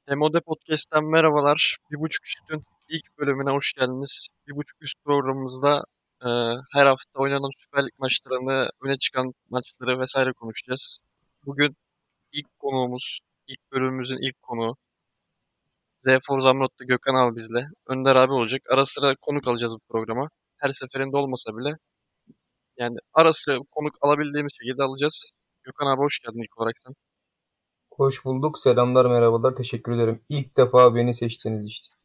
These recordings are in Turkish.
Demode Podcast'ten merhabalar. Bir buçuk üstün ilk bölümüne hoş geldiniz. Bir buçuk üst programımızda e, her hafta oynanan Süper Lig maçlarını, öne çıkan maçları vesaire konuşacağız. Bugün ilk konuğumuz, ilk bölümümüzün ilk konuğu Z4 Zamrot'ta Gökhan abi bizle. Önder abi olacak. Ara sıra konuk alacağız bu programa. Her seferinde olmasa bile yani ara sıra konuk alabildiğimiz şekilde alacağız. Gökhan abi hoş geldin ilk olarak sen. Hoş bulduk. Selamlar, merhabalar. Teşekkür ederim. İlk defa beni seçtiniz işte.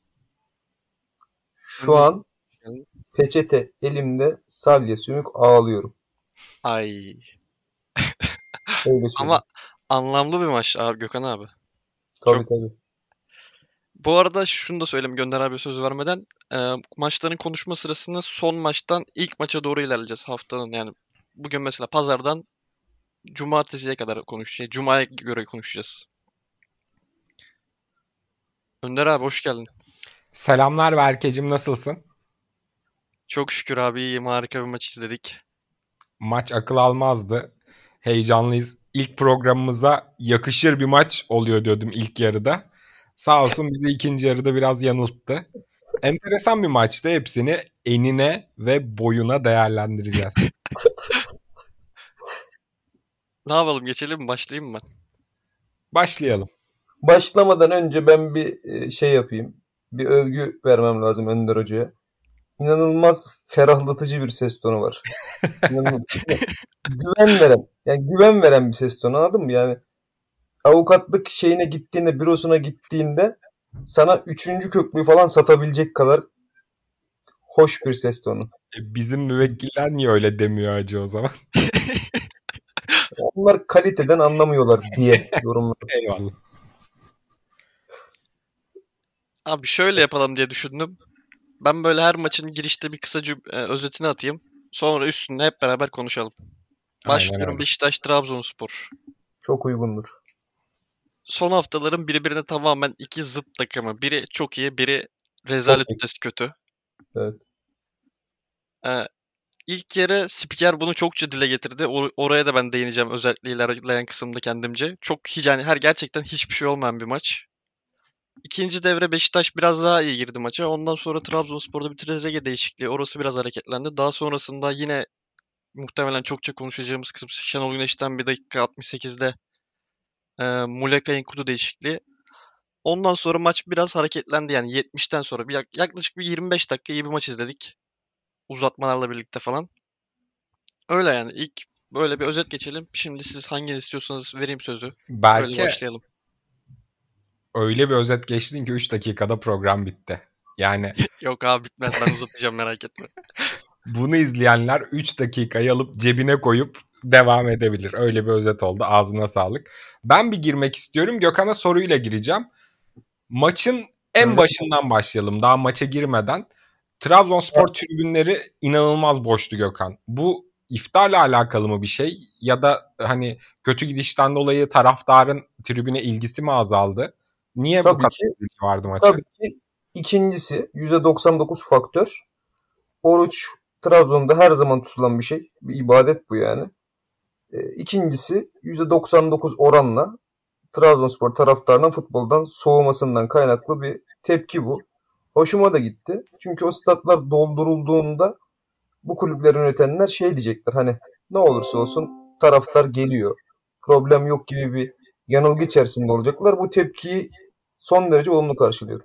Şu Önder abi an hoş geldin. peçete elimde salya sümük ağlıyorum. Ay. Öyle Ama söyleyeyim. anlamlı bir maç abi Gökhan abi. Çok. Tabii tabii. Bu arada şunu da söyleyeyim Gönder abi söz vermeden. Maçların konuşma sırasında son maçtan ilk maça doğru ilerleyeceğiz haftanın. Yani bugün mesela pazardan cumartesiye kadar konuşacağız. Cuma'ya göre konuşacağız. Önder abi hoş geldin. Selamlar Berkecim, nasılsın? Çok şükür abi iyiyim. Harika bir maç izledik. Maç akıl almazdı. Heyecanlıyız. İlk programımızda yakışır bir maç oluyor diyordum ilk yarıda. Sağ olsun bizi ikinci yarıda biraz yanılttı. Enteresan bir maçtı. Hepsini enine ve boyuna değerlendireceğiz. Ne yapalım geçelim mi? Başlayayım mı ben? Başlayalım. Başlamadan önce ben bir şey yapayım. Bir övgü vermem lazım Önder Hoca'ya. İnanılmaz ferahlatıcı bir ses tonu var. İnanılmaz. Güven veren. Yani güven veren bir ses tonu, anladın mı? Yani avukatlık şeyine gittiğinde, bürosuna gittiğinde sana üçüncü köklüğü falan satabilecek kadar hoş bir ses tonu. Bizim müvekkiller niye öyle demiyor acı o zaman? Onlar kaliteden anlamıyorlar diye yorumlar. Eyvallah. Abi şöyle yapalım diye düşündüm. Ben böyle her maçın girişte bir kısa özetini atayım. Sonra üstünde hep beraber konuşalım. Aynen Başlıyorum öyle. Beşiktaş-Trabzonspor. Çok uygundur. Son haftaların birbirine tamamen iki zıt takımı. Biri çok iyi, biri Çok rezalet iyi. ötesi kötü. Evet. Ee, ilk yarı spiker bunu çokça dile getirdi. Oraya da ben değineceğim özellikle ilerleyen kısımda kendimce. Çok hiç yani gerçekten hiçbir şey olmayan bir maç. İkinci devre Beşiktaş biraz daha iyi girdi maça. Ondan sonra Trabzonspor'da bir Trezeguet değişikliği. Orası biraz hareketlendi. Daha sonrasında yine muhtemelen çokça konuşacağımız kısım Şenol Güneş'ten bir dakika 68'de Muleka Enkudu değişikliği. Ondan sonra maç biraz hareketlendi yani 70'ten sonra. Yaklaşık bir 25 dakika iyi bir maç izledik. Uzatmalarla birlikte falan. Öyle yani ilk böyle bir özet geçelim. Şimdi siz hangini istiyorsanız vereyim sözü. Öyle Belki başlayalım. öyle bir özet geçtin ki 3 dakikada program bitti. Yani Yok abi bitmez ben uzatacağım merak etme. bunu izleyenler 3 dakikayı alıp cebine koyup devam edebilir. Öyle bir özet oldu. Ağzına sağlık. Ben bir girmek istiyorum. Gökhan'a soruyla gireceğim. Maçın en Öyle. başından başlayalım. Daha maça girmeden. Trabzonspor tribünleri inanılmaz boştu Gökhan. Bu iftarla alakalı mı bir şey? Ya da hani kötü gidişten dolayı taraftarın tribüne ilgisi mi azaldı? Niye bu Tabii kadar ki, ilgi vardı maça? tabii ki ikincisi %99 faktör. Oruç Trabzon'da her zaman tutulan bir şey. Bir ibadet bu yani. İkincisi %99 oranla Trabzonspor taraftarının futboldan soğumasından kaynaklı bir tepki bu. Hoşuma da gitti. Çünkü o statlar doldurulduğunda bu kulüpleri yönetenler şey diyecekler, hani ne olursa olsun taraftar geliyor, problem yok gibi bir yanılgı içerisinde olacaklar. Bu tepkiyi son derece olumlu karşılıyorum.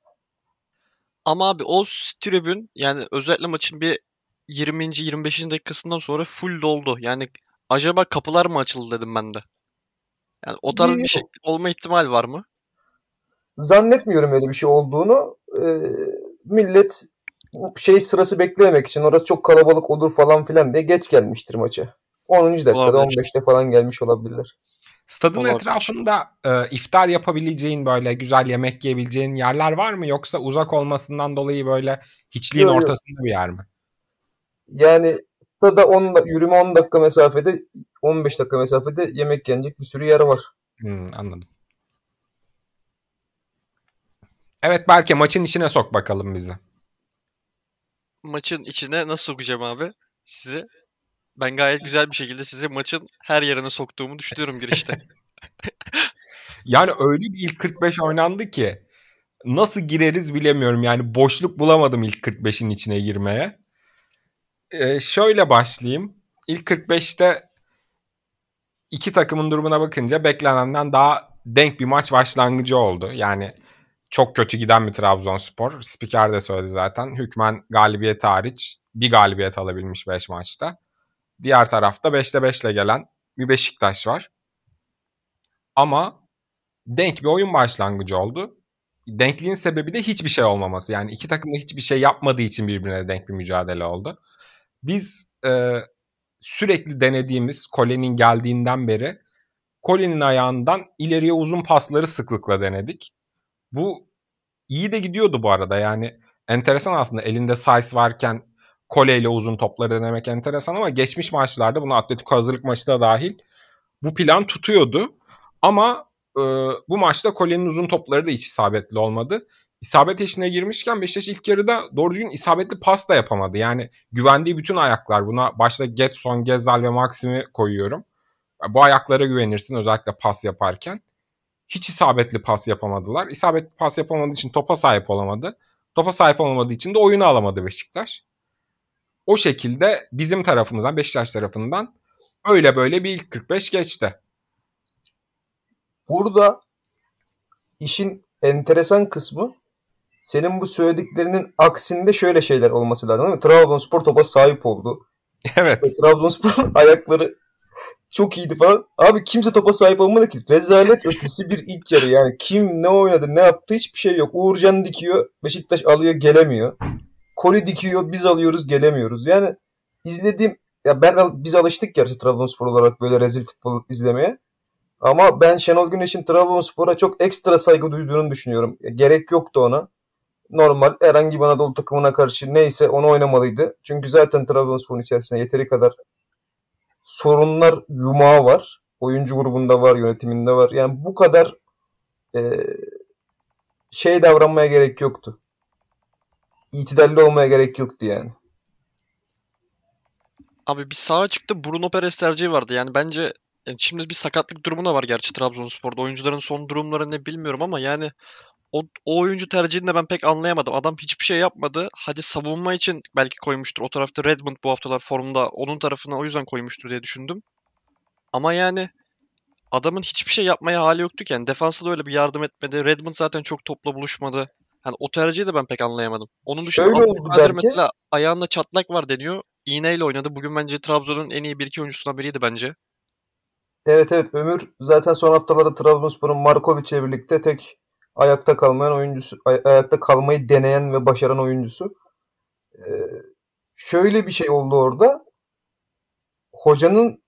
Ama abi o tribün yani özellikle maçın bir 20. 25. dakikasından sonra full doldu. Yani acaba kapılar mı açıldı dedim ben de. Yani o tarz bir şey Yok. olma ihtimal var mı? Zannetmiyorum öyle bir şey olduğunu. Millet şey sırası beklememek için orası çok kalabalık olur falan filan diye geç gelmiştir maça. 10. dakikada Olabilir. 15'te falan gelmiş olabilirler. Stadın Olabilir. etrafında iftar yapabileceğin böyle güzel yemek yiyebileceğin yerler var mı? Yoksa uzak olmasından dolayı böyle hiçliğin Yok yok. ortasında bir yer mi? Yani stada yürüme 10 dakika mesafede, 15 dakika mesafede yemek yenecek bir sürü yer var. Anladım. Evet belki maçın içine sok bakalım bizi. Maçın içine nasıl sokacağım abi sizi? Ben gayet güzel bir şekilde sizi maçın her yerine soktuğumu düşünüyorum girişte. Yani öyle bir ilk 45 oynandı ki nasıl gireriz bilemiyorum. Yani boşluk bulamadım ilk 45'in içine girmeye. Şöyle başlayayım. İlk 45'te iki takımın durumuna bakınca beklenenden daha denk bir maç başlangıcı oldu. Yani çok kötü giden bir Trabzonspor. Spiker de söyledi zaten. Hükmen galibiyeti hariç bir galibiyet alabilmiş 5 maçta. Diğer tarafta 5'te 5'le gelen bir Beşiktaş var. Ama denk bir oyun başlangıcı oldu. Denkliğin sebebi de hiçbir şey olmaması. Yani iki takım da hiçbir şey yapmadığı için birbirine denk bir mücadele oldu. Biz sürekli denediğimiz Kole'nin geldiğinden beri Kole'nin ayağından ileriye uzun pasları sıklıkla denedik. Bu iyi de gidiyordu bu arada. Yani enteresan aslında elinde size varken Kole ile uzun topları denemek enteresan ama geçmiş maçlarda bunu Atletico hazırlık maçı da dahil bu plan tutuyordu. Ama bu maçta Kole'nin uzun topları da hiç isabetli olmadı. İsabet eşine girmişken Beşiktaş ilk yarıda doğru düzgün isabetli pas da yapamadı. Yani güvendiği bütün ayaklar, buna başta Getson, Gezal ve Maxim'i koyuyorum. Bu ayaklara güvenirsin özellikle pas yaparken. Hiç isabetli pas yapamadılar. İsabetli pas yapamadığı için topa sahip olamadı. Topa sahip olamadığı için de oyunu alamadı Beşiktaş. O şekilde bizim tarafımızdan, Beşiktaş tarafından öyle böyle bir ilk 45 geçti. Burada işin enteresan kısmı senin bu söylediklerinin aksinde şöyle şeyler olması lazım değil mi? Trabzonspor topa sahip oldu. Evet. İşte Trabzonspor'un ayakları çok iyiydi falan. Abi kimse topa sahip olmadı ki. Rezalet ötesi bir ilk yarı yani. Kim ne oynadı ne yaptı hiçbir şey yok. Uğurcan dikiyor. Beşiktaş alıyor gelemiyor. Koli dikiyor biz alıyoruz gelemiyoruz. Yani izlediğim ya biz alıştık gerçi Trabzonspor olarak böyle rezil futbol izlemeye. Ama ben Şenol Güneş'in Trabzonspor'a çok ekstra saygı duyduğunu düşünüyorum. Gerek yoktu ona. Normal herhangi bir Anadolu takımına karşı neyse onu oynamalıydı. Çünkü zaten Trabzonspor'un içerisinde yeteri kadar sorunlar yumağı var. Oyuncu grubunda var, yönetiminde var. Yani bu kadar e, davranmaya gerek yoktu. İtidalli olmaya gerek yoktu yani. Abi bir sağa çıktı Bruno Perez tercihi vardı. Yani bence şimdi bir sakatlık durumu da var gerçi Trabzonspor'da. Oyuncuların son durumları ne bilmiyorum ama yani o oyuncu tercihini de ben pek anlayamadım. Adam hiçbir şey yapmadı. Hadi savunma için belki koymuştur. O tarafta Redmond bu haftalar formda. Onun tarafına o yüzden koymuştur diye düşündüm. Ama yani adamın hiçbir şey yapmaya hali yoktu ki. Yani defansa da öyle bir yardım etmedi. Redmond zaten çok topla buluşmadı. Yani o tercihi de ben pek anlayamadım. Onun dışında Şöyle oldu Abdülkadir belki. mesela ayağında çatlak var deniyor. İğneyle oynadı. Bugün bence Trabzon'un en iyi bir iki oyuncusundan biriydi bence. Evet evet Ömür zaten son haftalarda Trabzonspor'un Markovic'le birlikte tek ayakta kalmayan oyuncusu, ayakta kalmayı deneyen ve başaran oyuncusu. Ee, Şöyle bir şey oldu orada. Hocanın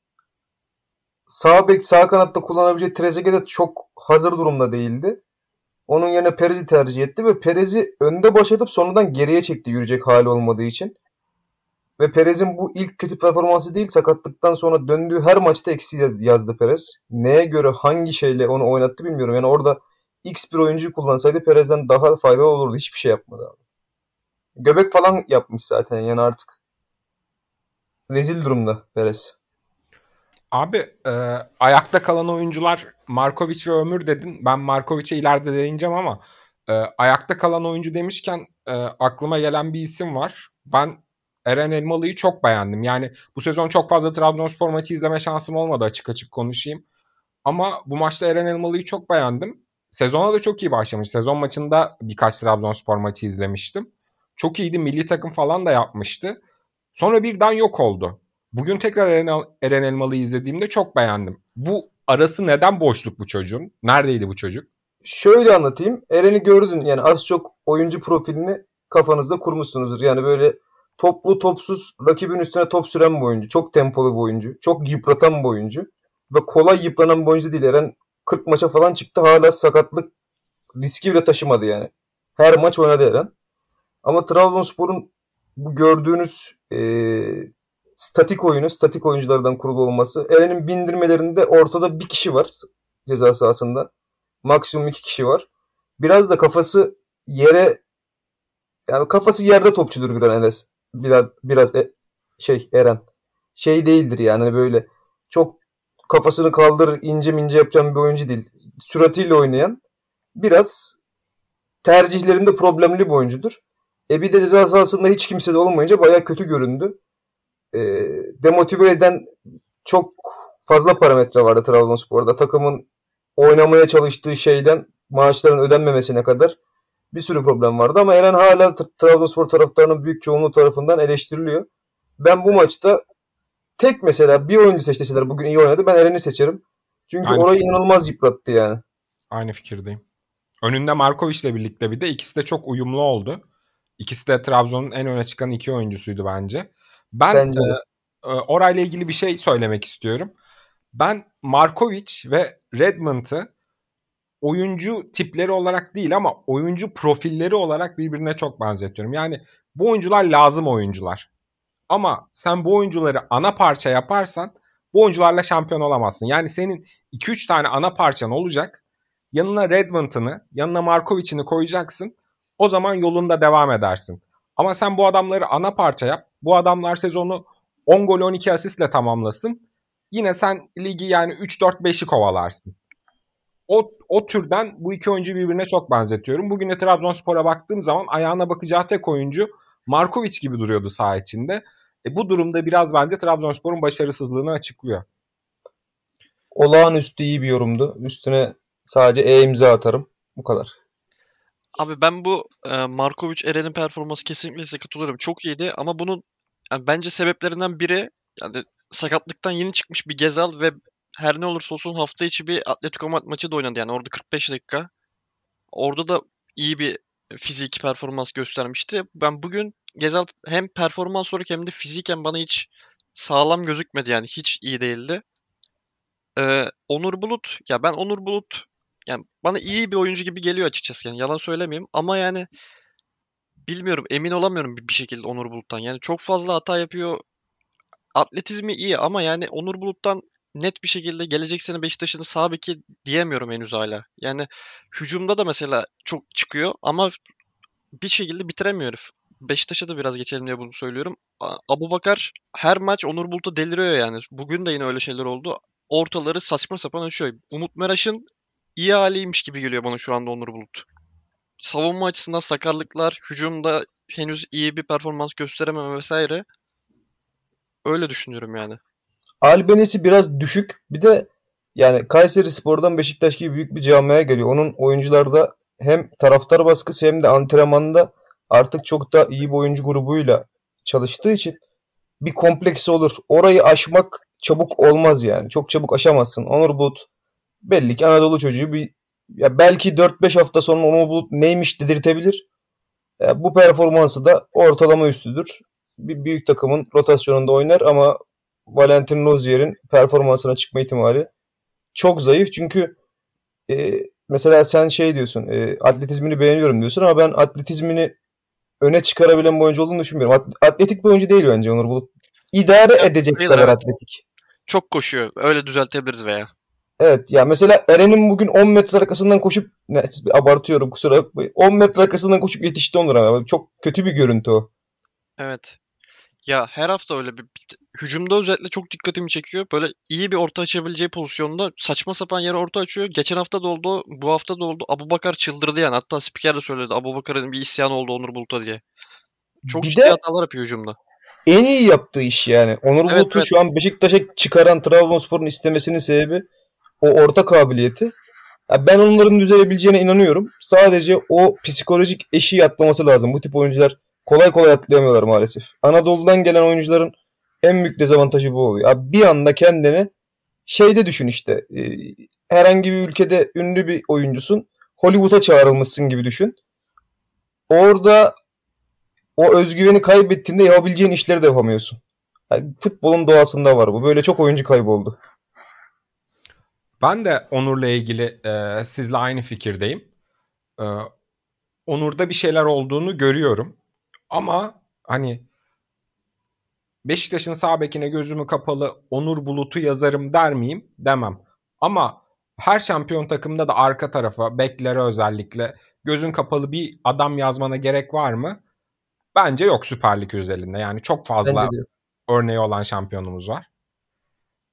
sağ bek sağ kanatta kullanabileceği Trezeguet de çok hazır durumda değildi. Onun yerine Perez'i tercih etti ve Perez'i önde başlatıp sonradan geriye çekti yürüyecek hali olmadığı için. Ve Perez'in bu ilk kötü performansı değil sakatlıktan sonra döndüğü her maçta eksi yazdı Perez. Neye göre hangi şeyle onu oynattı bilmiyorum. Yani orada X bir oyuncuyu kullansaydı Perez'den daha faydalı olurdu. Hiçbir şey yapmadı abi. Göbek falan yapmış zaten yani artık. Rezil durumda Perez. Abi ayakta kalan oyuncular Markovic ve Ömür dedin. Ben Markovic'e ileride değineceğim ama ayakta kalan oyuncu demişken aklıma gelen bir isim var. Ben Eren Elmalı'yı çok beğendim. Yani bu sezon çok fazla Trabzonspor maçı izleme şansım olmadı açık açık konuşayım. Ama bu maçta Eren Elmalı'yı çok beğendim. Sezona da çok iyi başlamış. Sezon maçında birkaç Trabzonspor maçı izlemiştim. Çok iyiydi. Milli takım falan da yapmıştı. Sonra birden yok oldu. Bugün tekrar Eren Elmalı'yı izlediğimde çok beğendim. Bu arası neden boşluk bu çocuğun? Neredeydi bu çocuk? Şöyle anlatayım. Eren'i gördün yani az çok oyuncu profilini kafanızda kurmuşsunuzdur. Yani böyle toplu topsuz rakibin üstüne top süren bir oyuncu. Çok tempolu bir oyuncu. Çok yıpratan bir oyuncu. Ve kolay yıpranan bir oyuncu değil. Eren 40 maça falan çıktı. Hala sakatlık riski bile taşımadı yani. Her maç oynadı Eren. Ama Trabzonspor'un bu gördüğünüz statik oyunu, statik oyunculardan kurulu olması. Eren'in bindirmelerinde ortada bir kişi var ceza sahasında. Maksimum iki kişi var. Biraz da kafası yere yani kafası yerde topçudur biraz Enes. Biraz Eren. Şey değildir yani hani böyle çok kafasını kaldırır ince mince yapacağım bir oyuncu değil. Süratiyle oynayan, biraz tercihlerinde problemli bir oyuncudur. Bir de ceza sahasında hiç kimse de olmayınca bayağı kötü göründü. Demotive eden çok fazla parametre vardı Trabzonspor'da. Takımın oynamaya çalıştığı şeyden maaşların ödenmemesine kadar bir sürü problem vardı. Ama Eren hala Trabzonspor taraftarının büyük çoğunluğu tarafından eleştiriliyor. Ben bu maçta tek mesela bir oyuncu seçseler bugün iyi oynadı. Ben Eren'i seçerim. Çünkü orayı inanılmaz yıprattı yani. Aynı fikirdeyim. Önünde Markovic'le birlikte bir de ikisi de çok uyumlu oldu. İkisi de Trabzon'un en öne çıkan iki oyuncusuydu bence. Ben orayla ilgili bir şey söylemek istiyorum. Ben Markovic ve Redmond'ı oyuncu tipleri olarak değil ama oyuncu profilleri olarak birbirine çok benzetiyorum. Yani bu oyuncular lazım oyuncular. Ama sen bu oyuncuları ana parça yaparsan bu oyuncularla şampiyon olamazsın. Yani senin 2-3 tane ana parçan olacak. Yanına Redmond'ını, yanına Markovic'ini koyacaksın. O zaman yolunda devam edersin. Ama sen bu adamları ana parça yap. Bu adamlar sezonu 10 gol 12 asistle tamamlasın. Yine sen ligi yani 3-4-5'i kovalarsın. O türden bu iki oyuncuyu birbirine çok benzetiyorum. Bugün de Trabzonspor'a baktığım zaman ayağına bakacağı tek oyuncu Markovic gibi duruyordu saha içinde. Bu durumda biraz bence Trabzonspor'un başarısızlığını açıklıyor. Olağanüstü iyi bir yorumdu. Üstüne sadece imza atarım. Bu kadar. Abi ben bu Markovic Eren'in performansı kesinlikle size katılıyorum. Çok iyiydi ama bunun yani bence sebeplerinden biri yani sakatlıktan yeni çıkmış bir Gezal ve her ne olursa olsun hafta içi bir Atletico maçı da oynadı. Yani orada 45 dakika. Orada da iyi bir fiziki performans göstermişti. Ben bugün Gezal hem performans olarak hem de fiziken bana hiç sağlam gözükmedi, yani hiç iyi değildi. Onur Bulut, ya ben Onur Bulut yani bana iyi bir oyuncu gibi geliyor açıkçası, yani yalan söylemeyeyim ama yani bilmiyorum, emin olamıyorum bir şekilde Onur Bulut'tan. Yani çok fazla hata yapıyor. Atletizmi iyi ama yani Onur Bulut'tan net bir şekilde gelecek sene Beşiktaş'ın sağ beki diyemiyorum henüz hala. Yani hücumda da mesela çok çıkıyor ama bir şekilde bitiremiyor herif. Beşiktaş'a da biraz geçelim diye bunu söylüyorum. Abubakar her maç Onur Bulut'u deliriyor yani. Bugün de yine öyle şeyler oldu. Ortaları saçma sapan açıyor. Umut Meraş'ın iyi haliymiş gibi geliyor bana şu anda Onur Bulut. Savunma açısından sakarlıklar, hücumda henüz iyi bir performans gösterememe vesaire. Öyle düşünüyorum yani. Albenisi biraz düşük. Bir de yani Kayserispor'dan Beşiktaş gibi büyük bir camiaya geliyor. Onun oyuncularda hem taraftar baskısı hem de antrenmanda artık çok da iyi bir oyuncu grubuyla çalıştığı için bir kompleksi olur. Orayı aşmak çabuk olmaz yani. Çok çabuk aşamazsın. Onur Bulut belli ki Anadolu çocuğu, bir ya belki 4-5 hafta sonra Onur Bulut neymiş dedirtebilir. Bu performansı da ortalama üstüdür. Bir büyük takımın rotasyonunda oynar ama Valentin Rozier'in performansına çıkma ihtimali çok zayıf. Çünkü mesela sen şey diyorsun, atletizmini beğeniyorum diyorsun ama ben atletizmini öne çıkarabilen bir oyuncu olduğunu düşünmüyorum. Atletik bir oyuncu değil bence Onur Bulut. İdare edecek Değil, kadar evet. atletik. Çok koşuyor. Öyle düzeltebiliriz veya. Evet ya, mesela Eren'in bugün 10 metre arkasından koşup, abartıyorum kusura bakmayın, 10 metre arkasından koşup yetişti Onur ama. Çok kötü bir görüntü o. Evet. Ya her hafta öyle bir hücumda özellikle çok dikkatimi çekiyor. Böyle iyi bir orta açabileceği pozisyonda saçma sapan yere orta açıyor. Geçen hafta da oldu, bu hafta da oldu. Abubakar çıldırdı yani. Hatta spiker de söyledi. Abubakar'ın bir isyanı oldu Onur Bulut'a diye. Çok Bir ciddi de hatalar yapıyor hücumda. en iyi yaptığı iş yani. Onur Evet, Bulut'u evet. şu an Beşiktaş'a çıkaran Trabzonspor'un istemesinin sebebi o orta kabiliyeti. Ya ben onların düzelebileceğine inanıyorum. Sadece o psikolojik eşiği atlaması lazım. Bu tip oyuncular kolay kolay atlayamıyorlar maalesef. Anadolu'dan gelen oyuncuların en büyük dezavantajı bu oluyor. Abi bir anda kendini şeyde düşün işte. Herhangi bir ülkede ünlü bir oyuncusun. Hollywood'a çağrılmışsın gibi düşün. Orada o özgüveni kaybettiğinde yapabileceğin işleri de yapamıyorsun. Yani futbolun doğasında var bu. Böyle çok oyuncu kayboldu. Ben de Onur'la ilgili sizle aynı fikirdeyim. E, Onur'da bir şeyler olduğunu görüyorum. Ama hani Beşiktaş'ın sağ bekine gözümü kapalı Onur Bulut'u yazarım der miyim? Demem. Ama her şampiyon takımda da arka tarafa, beklere özellikle gözün kapalı bir adam yazmana gerek var mı? Bence yok Süper Lig özelinde. Yani çok fazla Bence de. örneği olan şampiyonumuz var.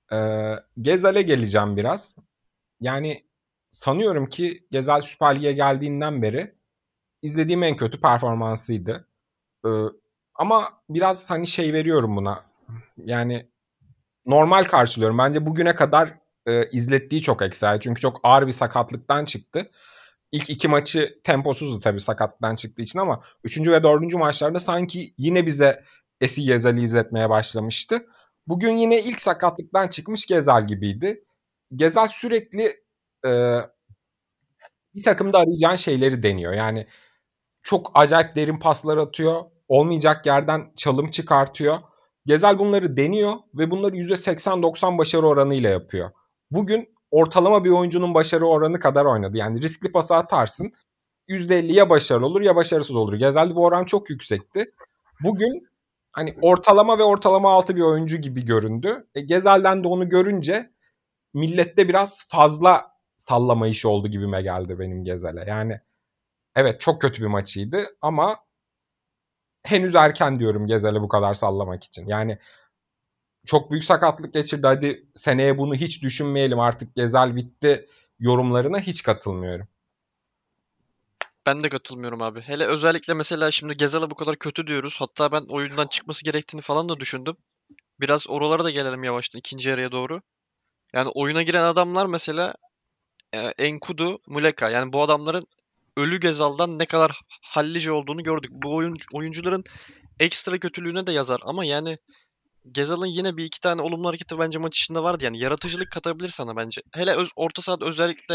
Gezal'e geleceğim biraz. Yani sanıyorum ki Gezal Süper Lig'e geldiğinden beri izlediğim en kötü performansıydı. Ama biraz hani şey veriyorum buna. Yani normal karşılıyorum. Bence bugüne kadar izlettiği çok ekstra. Çünkü çok ağır bir sakatlıktan çıktı. İlk 2 maçı temposuzdu tabii sakatlıktan çıktığı için ama 3. ve 4. maçlarda sanki yine bize Esi Gezal'i izletmeye başlamıştı. Bugün yine ilk sakatlıktan çıkmış Gezal gibiydi. Gezal sürekli e, bir takımda arayacağın şeyleri deniyor. Yani çok acayip derin paslar atıyor. Olmayacak yerden çalım çıkartıyor. Gezal bunları deniyor ve bunları %80-90 başarı oranıyla yapıyor. Bugün ortalama bir oyuncunun başarı oranı kadar oynadı. Yani riskli pası atarsın. %50 ya başarılı olur ya başarısız olur. Gezal'de bu oran çok yüksekti. Bugün hani ortalama ve ortalama altı bir oyuncu gibi göründü. Gezal'den de onu görünce millette biraz fazla sallama işi oldu gibime geldi benim Gezal'e. Yani evet çok kötü bir maçıydı ama henüz erken diyorum Gezal'i bu kadar sallamak için. Yani çok büyük sakatlık geçirdi. Hadi seneye bunu hiç düşünmeyelim artık Gezal bitti yorumlarına hiç katılmıyorum. Ben de katılmıyorum abi. Hele özellikle mesela şimdi Gezal'a bu kadar kötü diyoruz. Hatta ben oyundan çıkması gerektiğini falan da düşündüm. Biraz oralara da gelelim yavaştan ikinci yarıya doğru. Yani oyuna giren adamlar mesela Enkudu, Muleka. Yani bu adamların ölü Gezal'dan ne kadar hallice olduğunu gördük. Bu oyuncuların ekstra kötülüğüne de yazar ama yani Gezal'ın yine bir iki tane olumlu hareketi bence maç içinde vardı. Yani yaratıcılık katabilir sana bence. Hele orta sahada özellikle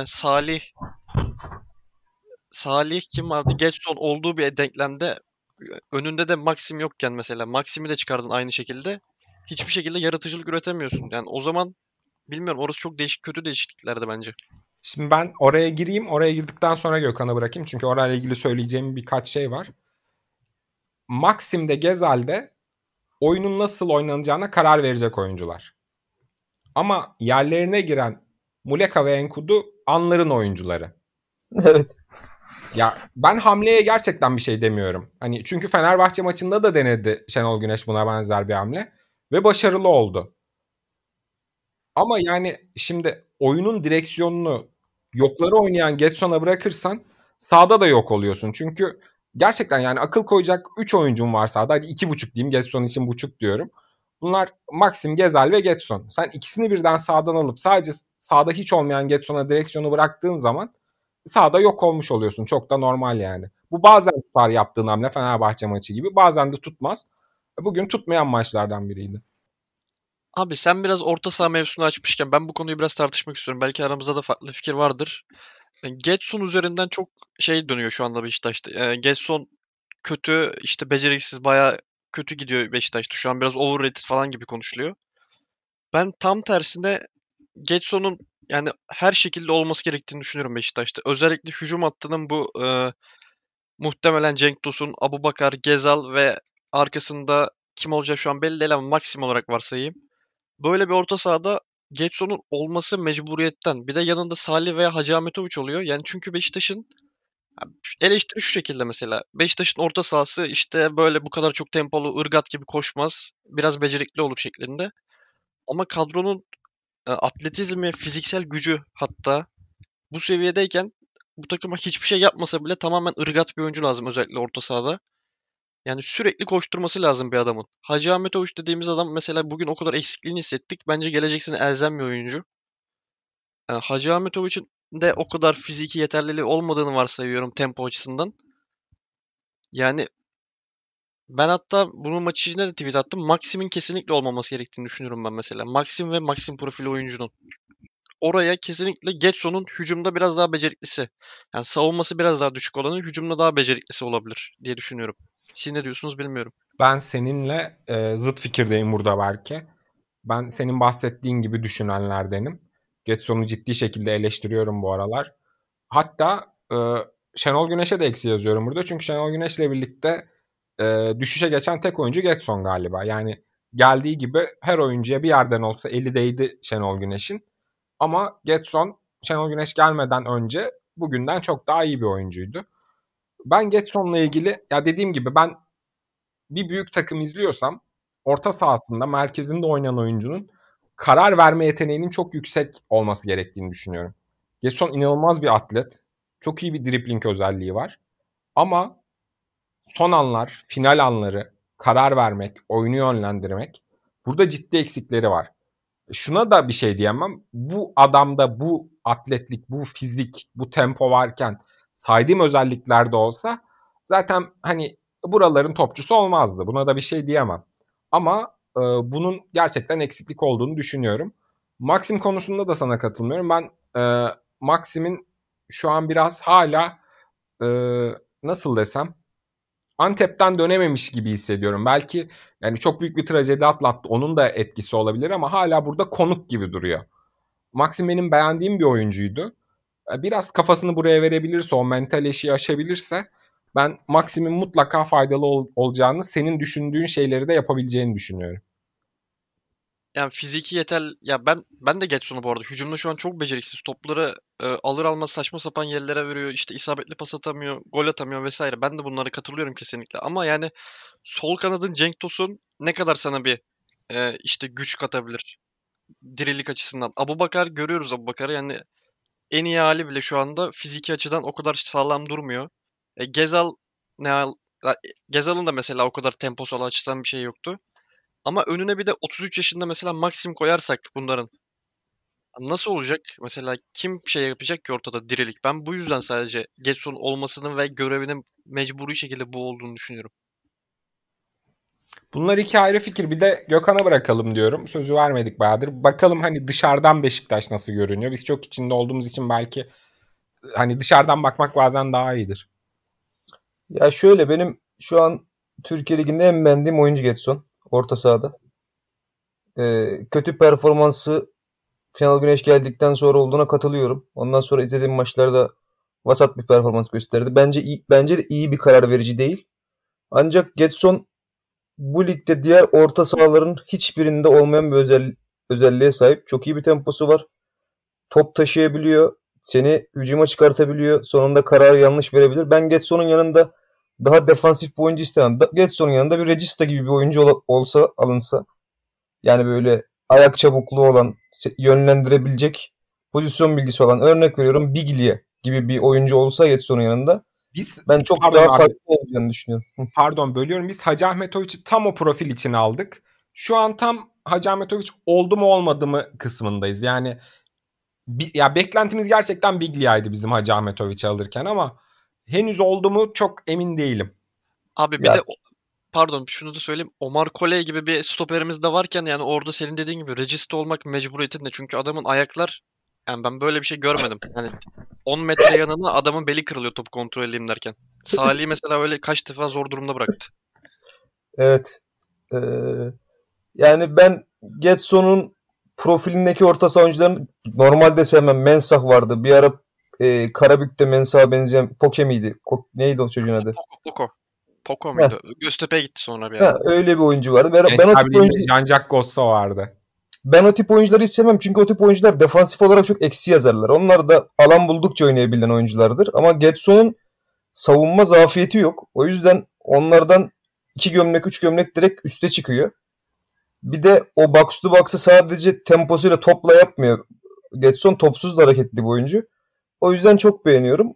Salih kim vardı? Getson olduğu bir denklemde önünde de Maxim yokken mesela Maxim'i de çıkardın aynı şekilde. Hiçbir şekilde yaratıcılık üretemiyorsun. Yani o zaman bilmiyorum orası çok değişik kötü değişikliklerdi bence. Şimdi ben oraya gireyim. Oraya girdikten sonra Gökhan'a bırakayım. Çünkü orayla ilgili söyleyeceğim birkaç şey var. Maxim'de Gezal'de oyunun nasıl oynanacağına karar verecek oyuncular. Ama yerlerine giren Muleka ve Enkudu anların oyuncuları. Evet. Ya ben hamleye gerçekten bir şey demiyorum. Hani çünkü Fenerbahçe maçında da denedi Şenol Güneş buna benzer bir hamle ve başarılı oldu. Ama yani şimdi oyunun direksiyonunu yokları oynayan Getson'a bırakırsan sahada da yok oluyorsun. Çünkü gerçekten yani akıl koyacak 3 oyuncun var sahada. Hadi 2,5 diyeyim. Getson için buçuk diyorum. Bunlar Maxim, Gezal ve Getson. Sen ikisini birden sağdan alıp sadece sahada hiç olmayan Getson'a direksiyonu bıraktığın zaman sahada yok olmuş oluyorsun. Çok da normal yani. Bu bazen tutar yaptığın hamle Fenerbahçe maçı gibi. Bazen de tutmaz. Bugün tutmayan maçlardan biriydi. Abi sen biraz orta saha mevzusunu açmışken ben bu konuyu biraz tartışmak istiyorum. Belki aramızda da farklı fikir vardır. Getson üzerinden çok şey dönüyor şu anda Beşiktaş'ta. Getson kötü, işte beceriksiz, bayağı kötü gidiyor Beşiktaş'ta. Şu an biraz overrated falan gibi konuşuluyor. Ben tam tersine Getson'un yani her şekilde olması gerektiğini düşünüyorum Beşiktaş'ta. Özellikle hücum hattının bu muhtemelen Cenk Tosun, Abubakar, Gezal ve arkasında kim olacak şu an belli değil ama maksim olarak varsayayım. Böyle bir orta sahada Getson'un olması mecburiyetten. Bir de yanında Salih veya Hacı Ahmetoviç oluyor. Yani çünkü Beşiktaş'ın eleştiri şu şekilde mesela. Beşiktaş'ın orta sahası işte böyle bu kadar çok tempolu, ırgat gibi koşmaz. Biraz becerikli olur şeklinde. Ama kadronun atletizmi, fiziksel gücü hatta bu seviyedeyken bu takıma hiçbir şey yapmasa bile tamamen ırgat bir oyuncu lazım özellikle orta sahada. Yani sürekli koşturması lazım bir adamın. Hacı Ahmetoviç dediğimiz adam mesela bugün o kadar eksikliğini hissettik. Bence gelecek sene elzem bir oyuncu. Yani Hacı Ahmetoviç'in de o kadar fiziki yeterliliği olmadığını varsayıyorum tempo açısından. Yani ben hatta bunun maç içinde de tweet attım. Maxim'in kesinlikle olmaması gerektiğini düşünüyorum ben mesela. Maxim ve Maxim profili oyuncunun. Oraya kesinlikle Getson'un hücumda biraz daha beceriklisi. Yani savunması biraz daha düşük olanın hücumda daha beceriklisi olabilir diye düşünüyorum. Siz ne diyorsunuz bilmiyorum. Ben seninle zıt fikirdeyim burada belki. Ben senin bahsettiğin gibi düşünenlerdenim. Getson'u ciddi şekilde eleştiriyorum bu aralar. Hatta Şenol Güneş'e de eksi yazıyorum burada. Çünkü Şenol Güneş'le birlikte düşüşe geçen tek oyuncu Getson galiba. Yani geldiği gibi her oyuncuya bir yerden olsa eli değdi Şenol Güneş'in. Ama Getson Şenol Güneş gelmeden önce bugünden çok daha iyi bir oyuncuydu. Ben Getson'la ilgili ya dediğim gibi ben bir büyük takım izliyorsam orta sahasında merkezinde oynayan oyuncunun karar verme yeteneğinin çok yüksek olması gerektiğini düşünüyorum. Getson inanılmaz bir atlet. Çok iyi bir dribbling özelliği var. Ama son anlar, final anları, karar vermek, oyunu yönlendirmek burada ciddi eksikleri var. Şuna da bir şey diyemem. Bu adamda bu atletlik, bu fizik, bu tempo varken saydığım özelliklerde olsa zaten hani buraların topçusu olmazdı. Buna da bir şey diyemem. Ama bunun gerçekten eksiklik olduğunu düşünüyorum. Maxim konusunda da sana katılmıyorum. Ben Maxim'in şu an biraz hala e, nasıl desem Antep'ten dönememiş gibi hissediyorum. Belki yani çok büyük bir trajedi atlattı. Onun da etkisi olabilir ama hala burada konuk gibi duruyor. Maxim benim beğendiğim bir oyuncuydu. Biraz kafasını buraya verebilirse, o mental eşiği aşabilirse ben Maxim'in mutlaka faydalı olacağını, senin düşündüğün şeyleri de yapabileceğini düşünüyorum. Yani fiziki yeter ya ben de Getson'u bu arada hücumda şu an çok beceriksiz. Topları alır almaz saçma sapan yerlere veriyor. İşte isabetli pas atamıyor, gol atamıyor vesaire. Ben de bunlara katılıyorum kesinlikle. Ama yani sol kanadın Cenk Tosun ne kadar sana bir işte güç katabilir dirilik açısından. Abubakar görüyoruz Abubakar'ı yani en iyi hali bile şu anda fiziki açıdan o kadar sağlam durmuyor. Gezal ne hal- Gezal'ın da mesela o kadar temposal açıdan bir şey yoktu. Ama önüne bir de 33 yaşında mesela Maxim koyarsak bunların nasıl olacak? Mesela kim şey yapacak ki ortada dirilik? Ben bu yüzden sadece Getson olmasının ve görevinin mecburi şekilde bu olduğunu düşünüyorum. Bunlar iki ayrı fikir. Bir de Gökhan'a bırakalım diyorum. Sözü vermedik bayağıdır. Bakalım hani dışarıdan Beşiktaş nasıl görünüyor. Biz çok içinde olduğumuz için belki hani dışarıdan bakmak bazen daha iyidir. Ya şöyle benim şu an Türkiye Ligi'nde en beğendiğim oyuncu Getson. Orta sahada. Kötü performansı Şenol Güneş geldikten sonra olduğuna katılıyorum. Ondan sonra izlediğim maçlarda vasat bir performans gösterdi. Bence de iyi bir karar verici değil. Ancak Getson bu ligde diğer orta sahaların hiçbirinde olmayan bir özelliğe sahip. Çok iyi bir temposu var. Top taşıyabiliyor. Seni hücuma çıkartabiliyor. Sonunda kararı yanlış verebilir. Ben Getson'un yanında daha defansif bir oyuncu istemem. Getson'un yanında bir Regista gibi bir oyuncu olsa alınsa yani böyle ayak çabukluğu olan, yönlendirebilecek, pozisyon bilgisi olan örnek veriyorum Biglia gibi bir oyuncu olsa Getson'un yanında Biz ben çok pardon daha abi, farklı olacağını düşünüyorum. pardon bölüyorum. Biz Hacı Ahmetoviç'i tam o profil için aldık. Şu an tam Hacı Ahmetoviç oldu mu olmadı mı kısmındayız. Yani ya beklentimiz gerçekten Biglia'ydı bizim Hacı Ahmetoviç'i alırken ama henüz oldu mu çok emin değilim. Abi bir Ya de pardon şunu da söyleyeyim. Omar Colley gibi bir stoperimiz de varken yani orada senin dediğin gibi registe olmak mecburiyetinde. Çünkü adamın ayaklar yani ben böyle bir şey görmedim. Yani 10 metre yanına adamın beli kırılıyor topu kontrol edeyim derken. Salih'i mesela öyle kaç defa zor durumda bıraktı. evet. Ee, Yani ben Getson'un profilindeki orta saha oyuncularını normalde sevmem. Mensah vardı. Bir ara Karabük'te Mensah'a benzeyen Poke miydi? Neydi o çocuğun adı? Poco Heh, muydu? Göztepe'ye gitti sonra bir ara. öyle bir oyuncu vardı. Ben o Gençler tip Birliği'nde oyuncu Jean-Jacques Gosso vardı. Ben o tip oyuncuları hiç sevmem. Çünkü o tip oyuncular defansif olarak çok eksi yazarlar. Onlar da alan buldukça oynayabilen oyunculardır. Ama Getson'un savunma zafiyeti yok. O yüzden onlardan 2 gömlek 3 gömlek direkt üste çıkıyor. Bir de o box to box'ı sadece temposuyla topla yapmıyor. Getson topsuz da hareketli bir oyuncu. O yüzden çok beğeniyorum.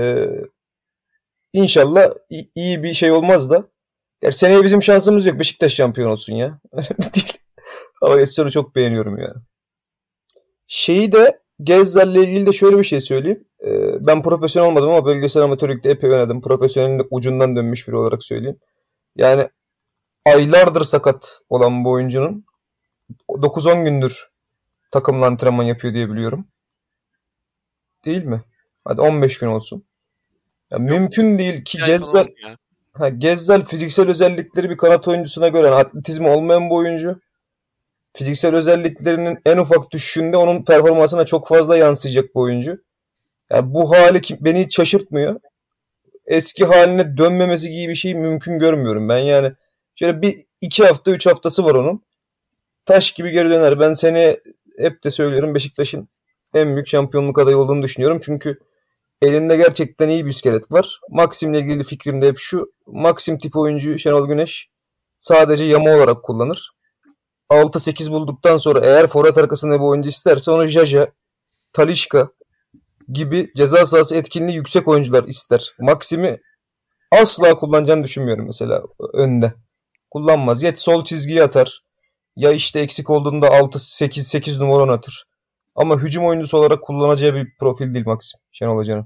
İnşallah iyi bir şey olmaz da. Gerçi seneye bizim şansımız yok. Beşiktaş şampiyon olsun ya. Değil. Ama Getson'u çok beğeniyorum ya. Şeyi de Gezzal'le ilgili de şöyle bir şey söyleyeyim. Ben profesyonel olmadım ama bölgesel amatörlükte epey oynadım. Profesyonelin ucundan dönmüş biri olarak söyleyeyim. Yani aylardır sakat olan bu oyuncunun 9-10 gündür takımla antrenman yapıyor diye biliyorum. Değil mi? Hadi 15 gün olsun. Ya Yok mümkün değil ki bir ay falan oldu ya. Gezzal fiziksel özellikleri bir kanat oyuncusuna göre yani atletizmi olmayan bu oyuncu. Fiziksel özelliklerinin en ufak düşüşünde onun performansına çok fazla yansıyacak bu oyuncu. Yani bu hali beni hiç şaşırtmıyor. Eski haline dönmemesi gibi bir şey mümkün görmüyorum ben. Yani şöyle bir 2 hafta 3 haftası var onun. Taş gibi geri döner. Ben seni hep de söylüyorum Beşiktaş'ın en büyük şampiyonluk adayı olduğunu düşünüyorum. Çünkü elinde gerçekten iyi bir iskelet var. Maxim'le ilgili fikrim de hep şu. Maxim tip oyuncuyu Şenol Güneş sadece yama olarak kullanır. 6-8 bulduktan sonra eğer forvet arkasında bir oyuncu isterse onu Jaja, Talisca gibi ceza sahası etkinliği yüksek oyuncular ister. Maxim'i asla kullanacağını düşünmüyorum mesela önde. Kullanmaz. Ya sol çizgiyi atar. Ya işte eksik olduğunda 6-8 numara atır. Ama hücum oyuncusu olarak kullanacağı bir profil değil Maxim Şenol Hoca'nın.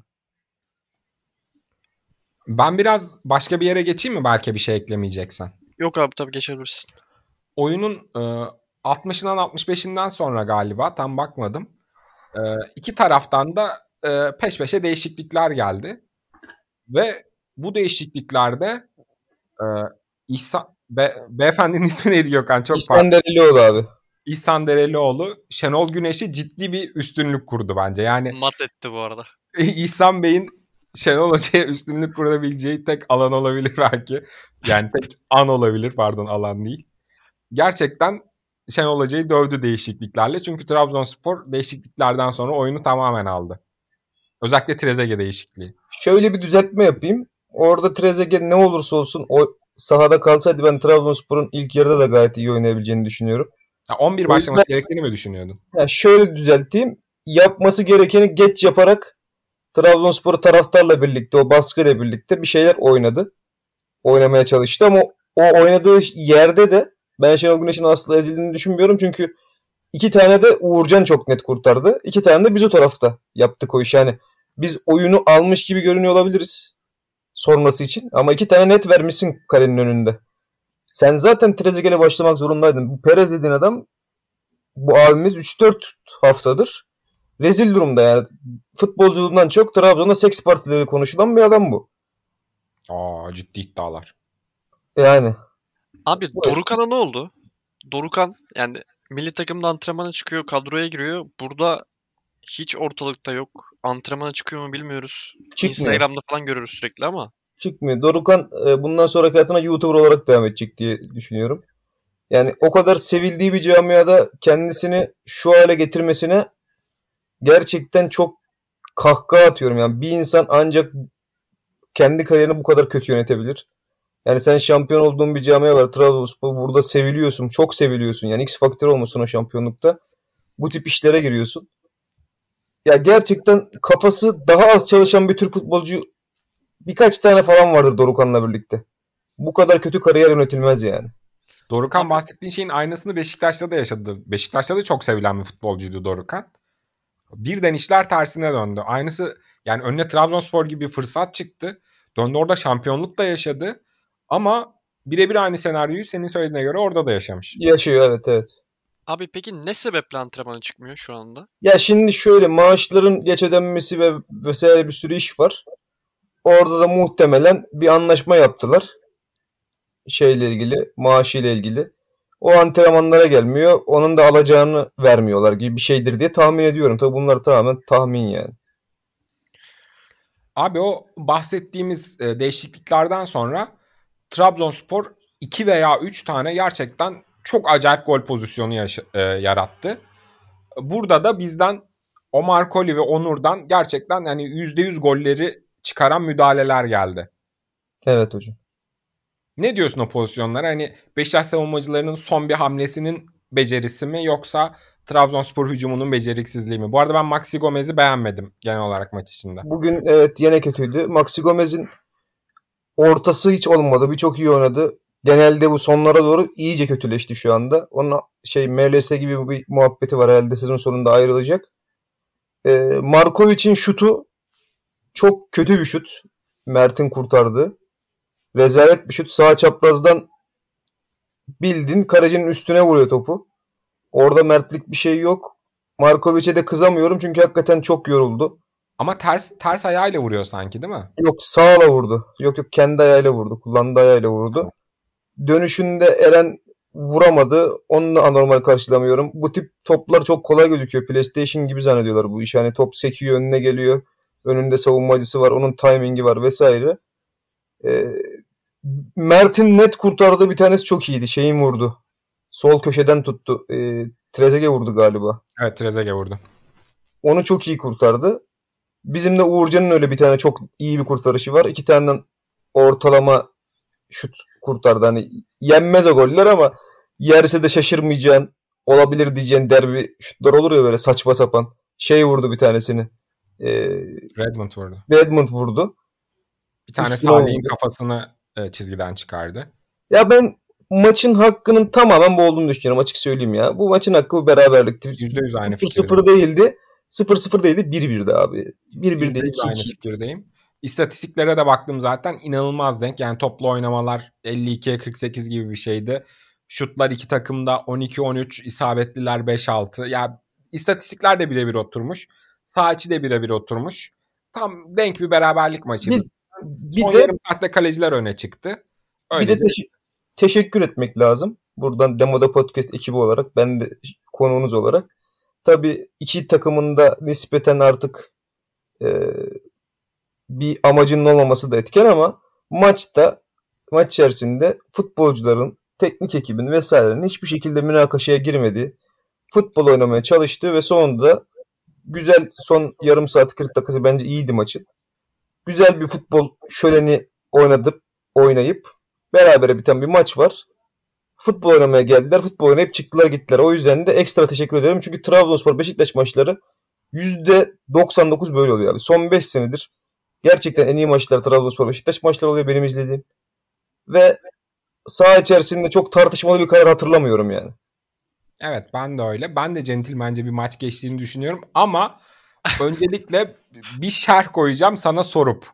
Ben biraz başka bir yere geçeyim mi belki bir şey eklemeyeceksen? Yok abi tabii geçebilirsin. Oyunun 60'ından 65'inden sonra galiba tam bakmadım. İki taraftan da peş peşe değişiklikler geldi. Ve bu değişikliklerde beyefendinin ismi neydi Gökhan? Çok İhsan Derelioğlu abi. İhsan Derelioğlu Şenol Güneş'i ciddi bir üstünlük kurdu bence. Yani Mat etti bu arada. İhsan Bey'in Şenol Hoca'ya üstünlük kurabileceği tek alan olabilir belki. Yani tek an olabilir, pardon, alan değil. Gerçekten Şenol Hoca'yı dövdü değişikliklerle. Çünkü Trabzonspor değişikliklerden sonra oyunu tamamen aldı. Özellikle Trezeguet değişikliği. Şöyle bir düzeltme yapayım. Orada Trezeguet ne olursa olsun o sahada kalsaydı ben Trabzonspor'un ilk yarıda da gayet iyi oynayabileceğini düşünüyorum. 11 başlaması gerektiğini mi düşünüyordun? Yani şöyle düzelteyim. Yapması gerekeni geç yaparak Trabzonspor taraftarla birlikte, o baskıyla birlikte bir şeyler oynadı. Oynamaya çalıştı ama o oynadığı yerde de ben Şenol Güneş'in asla ezildiğini düşünmüyorum. Çünkü 2 tane de Uğurcan çok net kurtardı. 2 tane de biz o tarafta yaptık o işi. Yani biz oyunu almış gibi görünüyor olabiliriz sonrası için. Ama 2 tane net vermişsin kalenin önünde. Sen zaten Trezeguet'le başlamak zorundaydın. Bu Perez dediğin adam, bu abimiz 3-4 haftadır rezil durumda yani. Futbolculuğundan çok Trabzon'da seks partileri konuşulan bir adam bu. Ciddi iddialar. Yani. Abi Dorukhan'a ne oldu? Dorukhan yani milli takımda antrenmana çıkıyor, kadroya giriyor. Burada hiç ortalıkta yok. Antrenmana çıkıyor mu bilmiyoruz. Çıkmıyor. Instagram'da falan görürüz sürekli ama. Çıkmıyor. Dorukhan bundan sonraki hayatına YouTuber olarak devam edecek diye düşünüyorum. Yani o kadar sevildiği bir camiada kendisini şu hale getirmesine gerçekten çok kahkaha atıyorum. Yani bir insan ancak kendi kariyerini bu kadar kötü yönetebilir. Yani sen şampiyon olduğun bir camia var. Trabzonspor, burada seviliyorsun. Çok seviliyorsun. Yani X faktör olmasın o şampiyonlukta. Bu tip işlere giriyorsun. Ya gerçekten kafası daha az çalışan bir Türk futbolcu birkaç tane falan vardır Dorukhan'la birlikte. Bu kadar kötü kariyer yönetilmez yani. Dorukhan bahsettiğin şeyin aynısını Beşiktaş'ta da yaşadı. Beşiktaş'ta da çok sevilen bir futbolcuydu Dorukhan. Birden işler tersine döndü. Aynısı yani önüne Trabzonspor gibi bir fırsat çıktı. Döndü orada şampiyonluk da yaşadı. Ama birebir aynı senaryoyu senin söylediğine göre orada da yaşamış. Yaşıyor, evet. Abi peki ne sebeple antrenmana çıkmıyor şu anda? Ya şimdi şöyle, maaşların geç ödenmesi ve vesaire bir sürü iş var. Orada da muhtemelen bir anlaşma yaptılar. Şeyle ilgili, maaşıyla ilgili. O antrenmanlara gelmiyor. Onun da alacağını vermiyorlar gibi bir şeydir diye tahmin ediyorum. Tabii bunlar tamamen tahmin yani. Abi o bahsettiğimiz değişikliklerden sonra Trabzonspor 2 veya 3 tane gerçekten çok acayip gol pozisyonu yarattı. Burada da bizden Omar Koli ve Onur'dan gerçekten yani %100 golleri çıkaran müdahaleler geldi. Evet hocam. Ne diyorsun o pozisyonlara? Hani Beşiktaş savunmacılarının son bir hamlesinin becerisi mi yoksa Trabzonspor hücumunun beceriksizliği mi? Bu arada ben Maxi Gomez'i beğenmedim genel olarak maç içinde. Bugün evet yine kötüydü. Maxi Gomez'in ortası hiç olmadı. Birçok iyi oynadı. Genelde bu sonlara doğru iyice kötüleşti şu anda. Onun MLS gibi bir muhabbeti var, herhalde sezon sonunda ayrılacak. Markovic'in şutu çok kötü bir şut. Mert'in kurtardığı. Rezalet bir şut. Sağ çaprazdan bildin kalecinin üstüne vuruyor topu. Orada Mert'lik bir şey yok. Markovic'e de kızamıyorum çünkü hakikaten çok yoruldu. Ama ters ayağıyla vuruyor sanki, değil mi? Yok, sağla vurdu. Yok kendi ayağıyla vurdu. Kullandığı ayağıyla vurdu. Dönüşünde Eren vuramadı. Onu da anormal karşılamıyorum. Bu tip toplar çok kolay gözüküyor. PlayStation gibi zannediyorlar bu işi. Hani top sekiyor, önüne geliyor. Önünde savunmacısı var. Onun timingi var vesaire. Mert'in net kurtardığı bir tanesi çok iyiydi. Şeyin vurdu. Sol köşeden tuttu. Trezeguet vurdu galiba. Evet, Trezeguet vurdu. Onu çok iyi kurtardı. Bizim de Uğurcan'ın öyle bir tane çok iyi bir kurtarışı var. 2 tane ortalama şut kurtardı. Hani yenmez o goller ama yerse de şaşırmayacağın, olabilir diyeceğin derbi şutlar olur ya böyle saçma sapan. Vurdu bir tanesini. Redmond vurdu. Redmond vurdu. Bir tane Üstüne Salih'in vurdu. kafasını çizgiden çıkardı. Ya ben maçın hakkının tamamen bu olduğunu düşünüyorum, açık söyleyeyim ya. Bu maçın hakkı bu beraberlikti. %100 aynı 0-0 değildi. 0-0 değildi. 1-1'di abi. 1-1 değil. %100 aynı 2-2. fikirdeyim. İstatistiklere de baktım zaten, inanılmaz denk. Yani toplu oynamalar 52'ye 48 gibi bir şeydi. Şutlar iki takımda 12-13, isabetliler 5-6. Ya istatistikler de birebir oturmuş. Sağ içi de birebir oturmuş. Tam denk bir beraberlik maçıydı. Son yarım saatte kaleciler öne çıktı. Bir de teşekkür etmek lazım. Buradan Demoda Podcast ekibi olarak, ben de konuğunuz olarak. Tabii iki takımın da nispeten artık bir amacının olmaması da etken ama maç içerisinde futbolcuların, teknik ekibin vesairenin hiçbir şekilde münakaşaya girmediği, futbol oynamaya çalıştığı ve sonunda güzel, son yarım saat 40 dakikası bence iyiydi maçın. Güzel bir futbol şöleni oynayıp berabere biten bir maç var. Futbol oynamaya geldiler. Futbol oynayıp çıktılar gittiler. O yüzden de ekstra teşekkür ederim. Çünkü Trabzonspor Beşiktaş maçları %99 böyle oluyor abi. Son 5 senedir gerçekten en iyi maçlar Trabzonspor Beşiktaş maçları oluyor benim izlediğim. Ve saha içerisinde çok tartışmalı bir karar hatırlamıyorum yani. Evet, ben de öyle. Ben de centilmence bir maç geçtiğini düşünüyorum ama öncelikle bir şerh koyacağım sana sorup.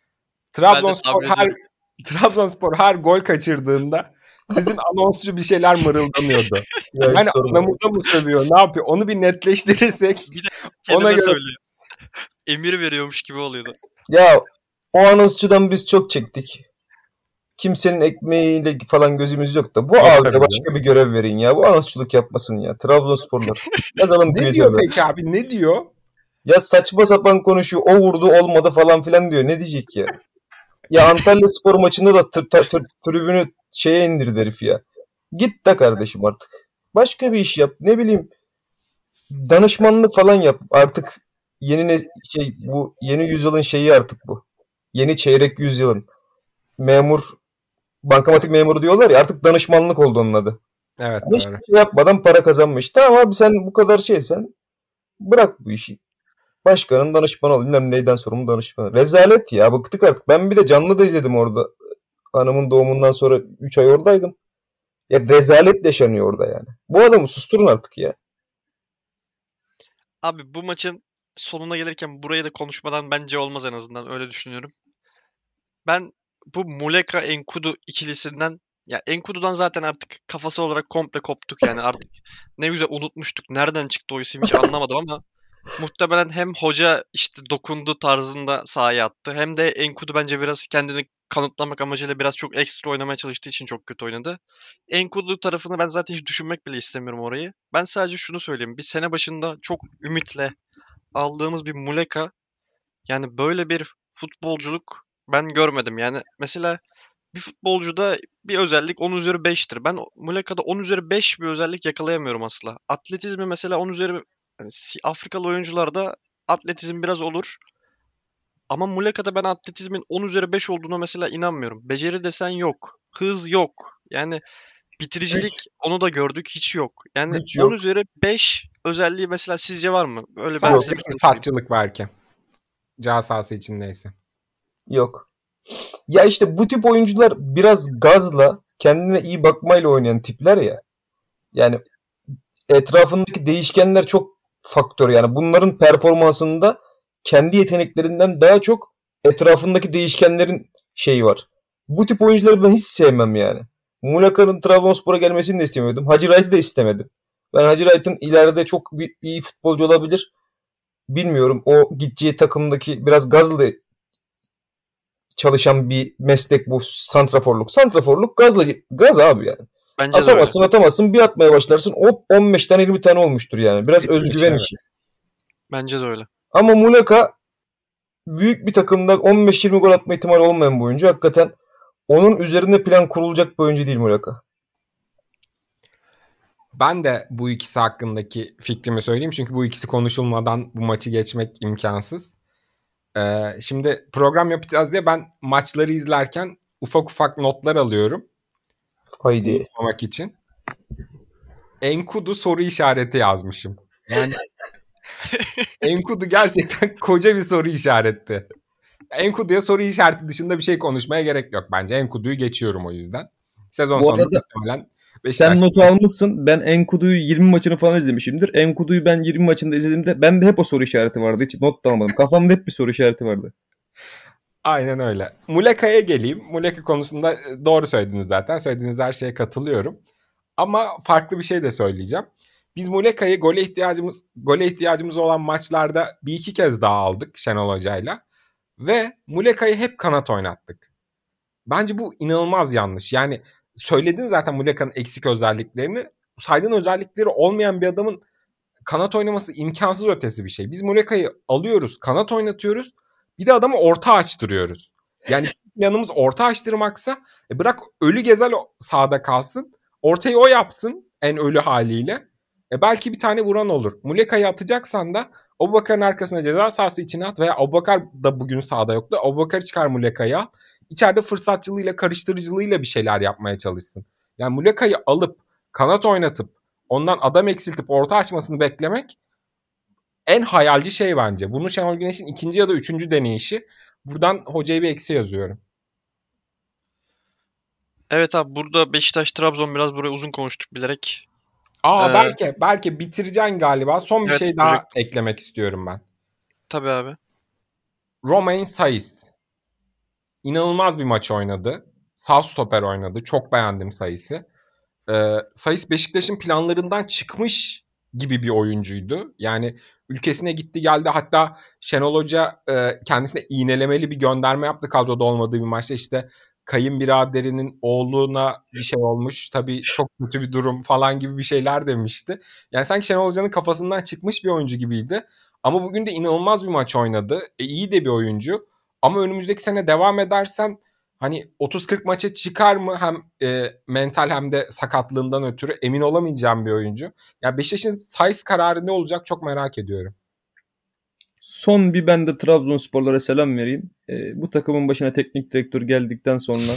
Trabzonspor her gol kaçırdığında sizin anonsçu bir şeyler mırıldanıyordu. Yani anamıza mı sövüyor, ne yapıyor? Onu bir netleştirirsek. Bir de kelime söylüyor. Emir veriyormuş gibi oluyordu. Ya o anonsçudan biz çok çektik. Kimsenin ekmeğiyle falan gözümüz yok da. Bu abiye başka bir görev verin ya. Bu anonsçuluk yapmasın ya. Trabzonsporlar. Yazalım ne diyor peki abi? Ne diyor? Ya saçma sapan konuşuyor. O vurdu olmadı falan filan diyor. Ne diyecek ya? Ya Antalya Spor maçında da tribünü indirdi herif ya. Git de kardeşim artık. Başka bir iş yap. Ne bileyim. Danışmanlık falan yap. Artık bu yeni yüzyılın şeyi artık bu. Yeni çeyrek yüzyılın. Bankamatik memuru diyorlar ya, artık danışmanlık oldu onun adı. Evet. Hiçbir şey yapmadan para kazanmış. Tamam abi, sen bu kadar şeysen bırak bu işi. Başkanın danışmanı ol. Bilmem neyden sorumlu danışmanı. Rezalet ya, bıktık artık. Ben bir de canlı da izledim orada. Hanımın doğumundan sonra 3 ay oradaydım. Ya rezalet yaşanıyor orada yani. Bu adamı susturun artık ya. Abi bu maçın sonuna gelirken burayı da konuşmadan bence olmaz, en azından öyle düşünüyorum. Ben bu Muleka Enkudu ikilisinden, ya Enkudu'dan zaten artık kafası olarak komple koptuk yani, artık ne güzel unutmuştuk. Nereden çıktı o isim hiç anlamadım ama muhtemelen hem hoca işte dokundu tarzında sahaya attı, hem de Enkudu bence biraz kendini kanıtlamak amacıyla biraz çok ekstra oynamaya çalıştığı için çok kötü oynadı. Enkudu tarafını ben zaten hiç düşünmek bile istemiyorum orayı. Ben sadece şunu söyleyeyim. Bir sene başında çok ümitle aldığımız bir Muleka, yani böyle bir futbolculuk ben görmedim. Yani mesela bir futbolcuda bir özellik 10 üzeri 5'tir. Ben Muleka'da 10 üzeri 5 bir özellik yakalayamıyorum asla. Atletizmi mesela 10 üzeri, yani Afrikalı oyuncularda atletizm biraz olur. Ama Muleka'da ben atletizmin 10 üzeri 5 olduğuna mesela inanmıyorum. Beceri desen yok. Hız yok. Yani bitiricilik, onu da gördük, hiç yok. Yani Hiç yok. 10 üzeri 5 özelliği mesela sizce var mı? Öyle ben size fırsatçılık belki. Cağ sahası içindeyse. Yok. Ya işte bu tip oyuncular biraz gazla, kendine iyi bakmayla oynayan tipler ya. Yani etrafındaki değişkenler çok faktör yani. Bunların performansında kendi yeteneklerinden daha çok etrafındaki değişkenlerin şeyi var. Bu tip oyuncuları ben hiç sevmem yani. Muleka'nın Trabzonspor'a gelmesini de istemiyordum. Hacı Wright'ı da istemedim. Ben Hacı Wright'ın ileride çok iyi futbolcu olabilir. Bilmiyorum. O gideceği takımdaki biraz gazlı çalışan bir meslek bu santraforluk. Santraforluk gaz abi yani. Bence atamazsın, bir atmaya başlarsın. O 15 tane 20 tane olmuştur yani. Biraz özgüven işi. Bence de öyle. Ama Muleka büyük bir takımda 15-20 gol atma ihtimali olmayan bir oyuncu. Hakikaten onun üzerinde plan kurulacak bir oyuncu değil Muleka. Ben de bu ikisi hakkındaki fikrimi söyleyeyim. Çünkü bu ikisi konuşulmadan bu maçı geçmek imkansız. Şimdi program yapacağız diye ben maçları izlerken ufak ufak notlar alıyorum. Haydi. Unutmamak için. Enkudu soru işareti yazmışım. Yani Enkudu gerçekten koca bir soru işareti. Enkudu'ya soru işareti dışında bir şey konuşmaya gerek yok bence. Enkudu'yu geçiyorum o yüzden. Sezon Bu sonunda arada muhtemelen sen Beşiktaş. notu almışsın. Ben Enkudu'yu 20 maçını falan izlemişimdir. Enkudu'yu ben 20 maçında izlediğimde bende hep o soru işareti vardı. Hiç not da almadım. Kafamda hep bir soru işareti vardı. Aynen öyle. Muleka'ya geleyim. Muleka konusunda doğru söylediniz zaten. Söylediğiniz her şeye katılıyorum. Ama farklı bir şey de söyleyeceğim. Biz Muleka'yı gole ihtiyacımız olan maçlarda bir iki kez daha aldık Şenol Hoca'yla. Ve Muleka'yı hep kanat oynattık. Bence bu inanılmaz yanlış. Yani söyledin zaten Muleka'nın eksik özelliklerini. Saydığın özellikleri olmayan bir adamın kanat oynaması imkansız ötesi bir şey. Biz Muleka'yı alıyoruz, kanat oynatıyoruz. Bir de adamı orta açtırıyoruz. Yani planımız orta açtırmaksa bırak Ölü Gezel sahada kalsın. Ortayı o yapsın en ölü haliyle. Belki bir tane vuran olur. Muleka'yı atacaksan da Abubakar'ın arkasına ceza sahası içine at veya Abubakar da bugün sahada yoktu. Abubakar'ı çıkar Muleka'yı al. İçeride fırsatçılığıyla, karıştırıcılığıyla bir şeyler yapmaya çalışsın. Yani Muleka'yı alıp kanat oynatıp ondan adam eksiltip orta açmasını beklemek en hayalci şey bence. Bunu Şenol Güneş'in ikinci ya da üçüncü deneyişi. Buradan hocaya bir eksi yazıyorum. Evet abi, burada Beşiktaş Trabzon biraz buraya uzun konuştuk bilerek. Belki bitireceksin galiba. Son bir Evet, şey daha eklemek istiyorum ben. Tabii abi. Romain Saiz. İnanılmaz bir maç oynadı. Sağ stoper oynadı. Çok beğendim Saiz'i. Saiz Beşiktaş'ın planlarından çıkmış gibi bir oyuncuydu. Yani ülkesine gitti geldi. Hatta Şenol Hoca kendisine iğnelemeli bir gönderme yaptı kadroda olmadığı bir maçta. İşte kayınbiraderinin oğluna bir şey olmuş. Tabii çok kötü bir durum falan gibi bir şeyler demişti. Yani sanki Şenol Hoca'nın kafasından çıkmış bir oyuncu gibiydi. Ama bugün de inanılmaz bir maç oynadı. İyi de bir oyuncu. Ama önümüzdeki sene devam edersen hani 30-40 maça çıkar mı hem mental hem de sakatlığından ötürü emin olamayacağım bir oyuncu. Ya Beşiktaş'ın size kararı ne olacak çok merak ediyorum. Son bir ben de Trabzonsporlara selam vereyim. Bu takımın başına teknik direktör geldikten sonra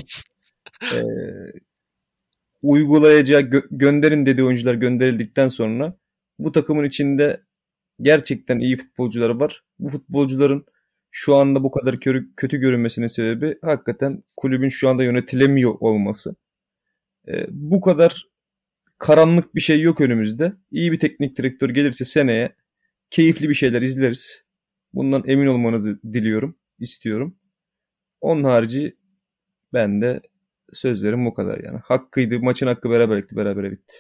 uygulayacağı gönderin dediği oyuncular gönderildikten sonra bu takımın içinde gerçekten iyi futbolcular var. Bu futbolcuların şu anda bu kadar kötü görünmesinin sebebi hakikaten kulübün şu anda yönetilemiyor olması. Bu kadar karanlık bir şey yok önümüzde. İyi bir teknik direktör gelirse seneye keyifli bir şeyler izleriz. Bundan emin olmanızı diliyorum, istiyorum. Onun harici ben de sözlerim bu kadar yani. Hakkıydı, maçın hakkı beraberlikti, berabere bitti.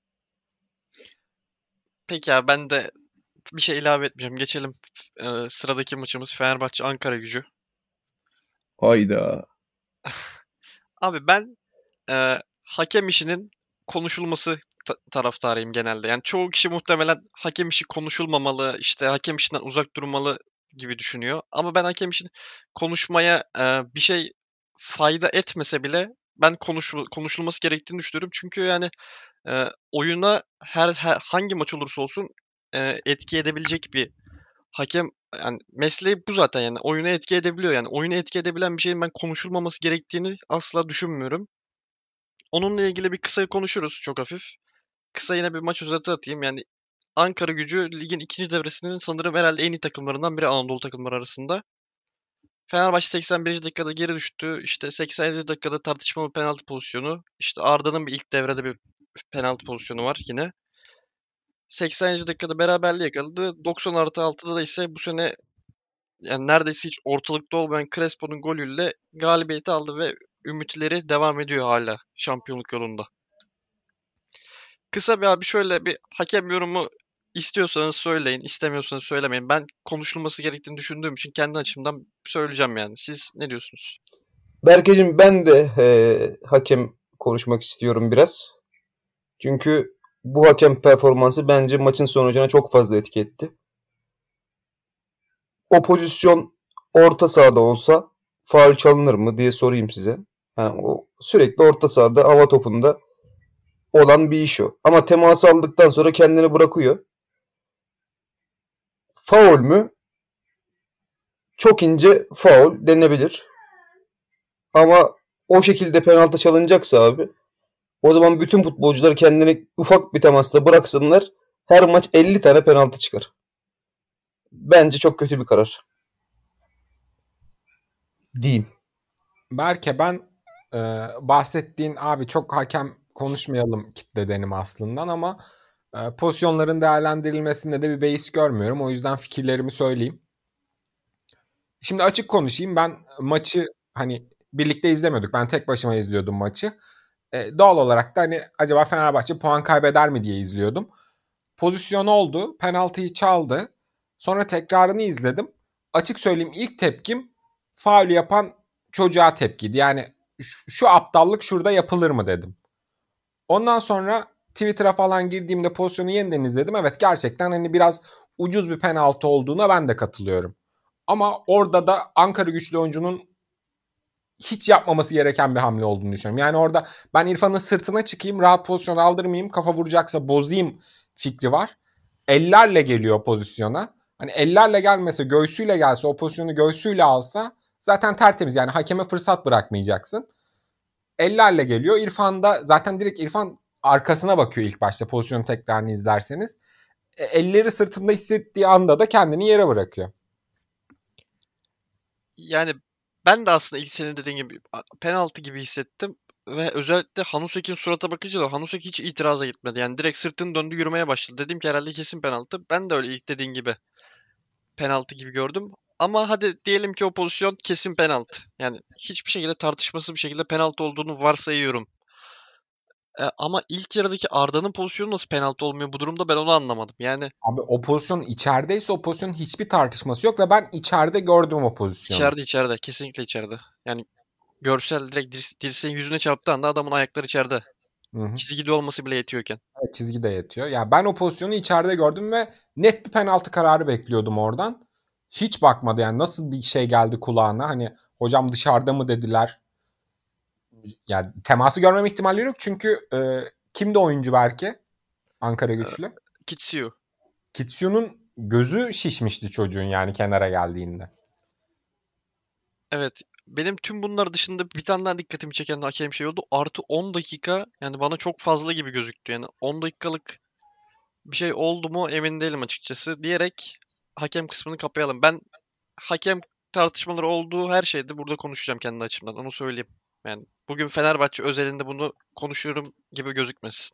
Peki abi, ben de bir şey ilave etmeyeceğim. Geçelim sıradaki maçımız Fenerbahçe Ankaragücü. Hayda. Abi ben hakem işinin konuşulması taraftarıyım genelde. Yani çoğu kişi muhtemelen hakem işi konuşulmamalı, işte hakem işinden uzak durmalı gibi düşünüyor. Ama ben hakem işini konuşmaya bir şey fayda etmese bile ben konuşulması gerektiğini düşünüyorum. Çünkü yani oyuna hangi maç olursa olsun etki edebilecek bir hakem, yani mesleği bu zaten, yani oyuna etki edebiliyor. Yani oyuna etki edebilen bir şeyin ben konuşulmaması gerektiğini asla düşünmüyorum. Onunla ilgili bir kısa konuşuruz çok hafif. Kısa yine bir maç özeti atayım. Yani Ankaragücü ligin ikinci devresinin sanırım herhalde en iyi takımlarından biri Anadolu takımları arasında. Fenerbahçe 81. dakikada geri düştü. İşte 87. dakikada tartışmalı penaltı pozisyonu. İşte Arda'nın bir ilk devrede bir penaltı pozisyonu var yine. 80. dakikada beraberliği yakaladı. 90+6'da da ise bu sene yani neredeyse hiç ortalıkta olmayan Crespo'nun golüyle galibiyeti aldı ve ümitleri devam ediyor hala şampiyonluk yolunda. Kısa bir abi şöyle bir hakem yorumu istiyorsanız söyleyin, istemiyorsanız söylemeyin. Ben konuşulması gerektiğini düşündüğüm için kendi açımdan söyleyeceğim yani. Siz ne diyorsunuz? Berkeciğim, ben de hakem konuşmak istiyorum biraz. Çünkü bu hakem performansı bence maçın sonucuna çok fazla etki etti. O pozisyon orta sahada olsa faul çalınır mı diye sorayım size. Yani o sürekli orta sahada hava topunda olan bir iş o. Ama teması aldıktan sonra kendini bırakıyor. Faul mü? Çok ince faul denebilir. Ama o şekilde penaltı çalınacaksa abi, O zaman bütün futbolcular kendini ufak bir temasla bıraksınlar. Her maç 50 tane penaltı çıkar. Bence çok kötü bir karar. Diyeyim. Berke ben bahsettiğin abi çok hakem konuşmayalım kitledenim aslında ama pozisyonların değerlendirilmesinde de bir beis görmüyorum. O yüzden fikirlerimi söyleyeyim. Şimdi açık konuşayım. Ben maçı hani birlikte izlemiyorduk. Ben tek başıma izliyordum maçı. Doğal olarak da hani acaba Fenerbahçe puan kaybeder mi diye izliyordum. Pozisyon oldu. Penaltıyı çaldı. Sonra tekrarını izledim. Açık söyleyeyim ilk tepkim faul yapan çocuğa tepkiydi. Yani şu aptallık şurada yapılır mı dedim. Ondan sonra Twitter'a falan girdiğimde pozisyonu yeniden izledim. Evet gerçekten hani biraz ucuz bir penaltı olduğuna ben de katılıyorum. Ama orada da Ankara güçlü oyuncunun hiç yapmaması gereken bir hamle olduğunu düşünüyorum. Yani orada ben İrfan'ın sırtına çıkayım, rahat pozisyon aldırmayayım, kafa vuracaksa bozayım fikri var. Ellerle geliyor pozisyona. Hani ellerle gelmese, göğsüyle gelse, o pozisyonu göğsüyle alsa zaten tertemiz. Yani hakeme fırsat bırakmayacaksın. Ellerle geliyor. İrfan da zaten direkt İrfan arkasına bakıyor ilk başta pozisyonun tekrarını izlerseniz. Elleri sırtında hissettiği anda da kendini yere bırakıyor. Yani ben de aslında ilk senin dediğin gibi penaltı gibi hissettim. Ve özellikle Hanusek'in surata bakınca da Hanusek hiç itiraza gitmedi. Yani direkt sırtını döndü yürümeye başladı. Dedim ki herhalde kesin penaltı. Ben de öyle ilk dediğin gibi penaltı gibi gördüm. Ama hadi diyelim ki o pozisyon kesin penaltı. Yani hiçbir şekilde tartışmasız bir şekilde penaltı olduğunu varsayıyorum. Ama ilk yarıdaki Arda'nın pozisyonu nasıl penaltı olmuyor bu durumda ben onu anlamadım. Yani Abi o pozisyon içerideyse o pozisyonun hiçbir tartışması yok ve ben içeride gördüm o pozisyonu. içeride kesinlikle içeride. Yani görsel direkt dirseğin yüzüne çarptığı anda adamın ayakları içeride. Hı hı. Çizgide olması bile yetiyorken. Evet, çizgi de yetiyor. Yani ben o pozisyonu içeride gördüm ve net bir penaltı kararı bekliyordum oradan. Hiç bakmadı yani nasıl bir şey geldi kulağına. Hani hocam dışarıda mı dediler. Yani teması görmem ihtimalleri yok çünkü kimdi oyuncu belki? Ankara Ee, güçlü. Kitsiu. Kitsu'nun gözü şişmişti çocuğun yani kenara geldiğinde. Evet. Benim tüm bunlar dışında bir tane daha dikkatimi çeken hakem şey oldu. Artı 10 dakika yani bana çok fazla gibi gözüktü. Yani 10 dakikalık bir şey oldu mu emin değilim açıkçası diyerek hakem kısmını kapayalım. Ben hakem tartışmaları olduğu her şeyde burada konuşacağım kendi açımdan. Onu söyleyeyim. Yani bugün Fenerbahçe özelinde bunu konuşuyorum gibi gözükmesin.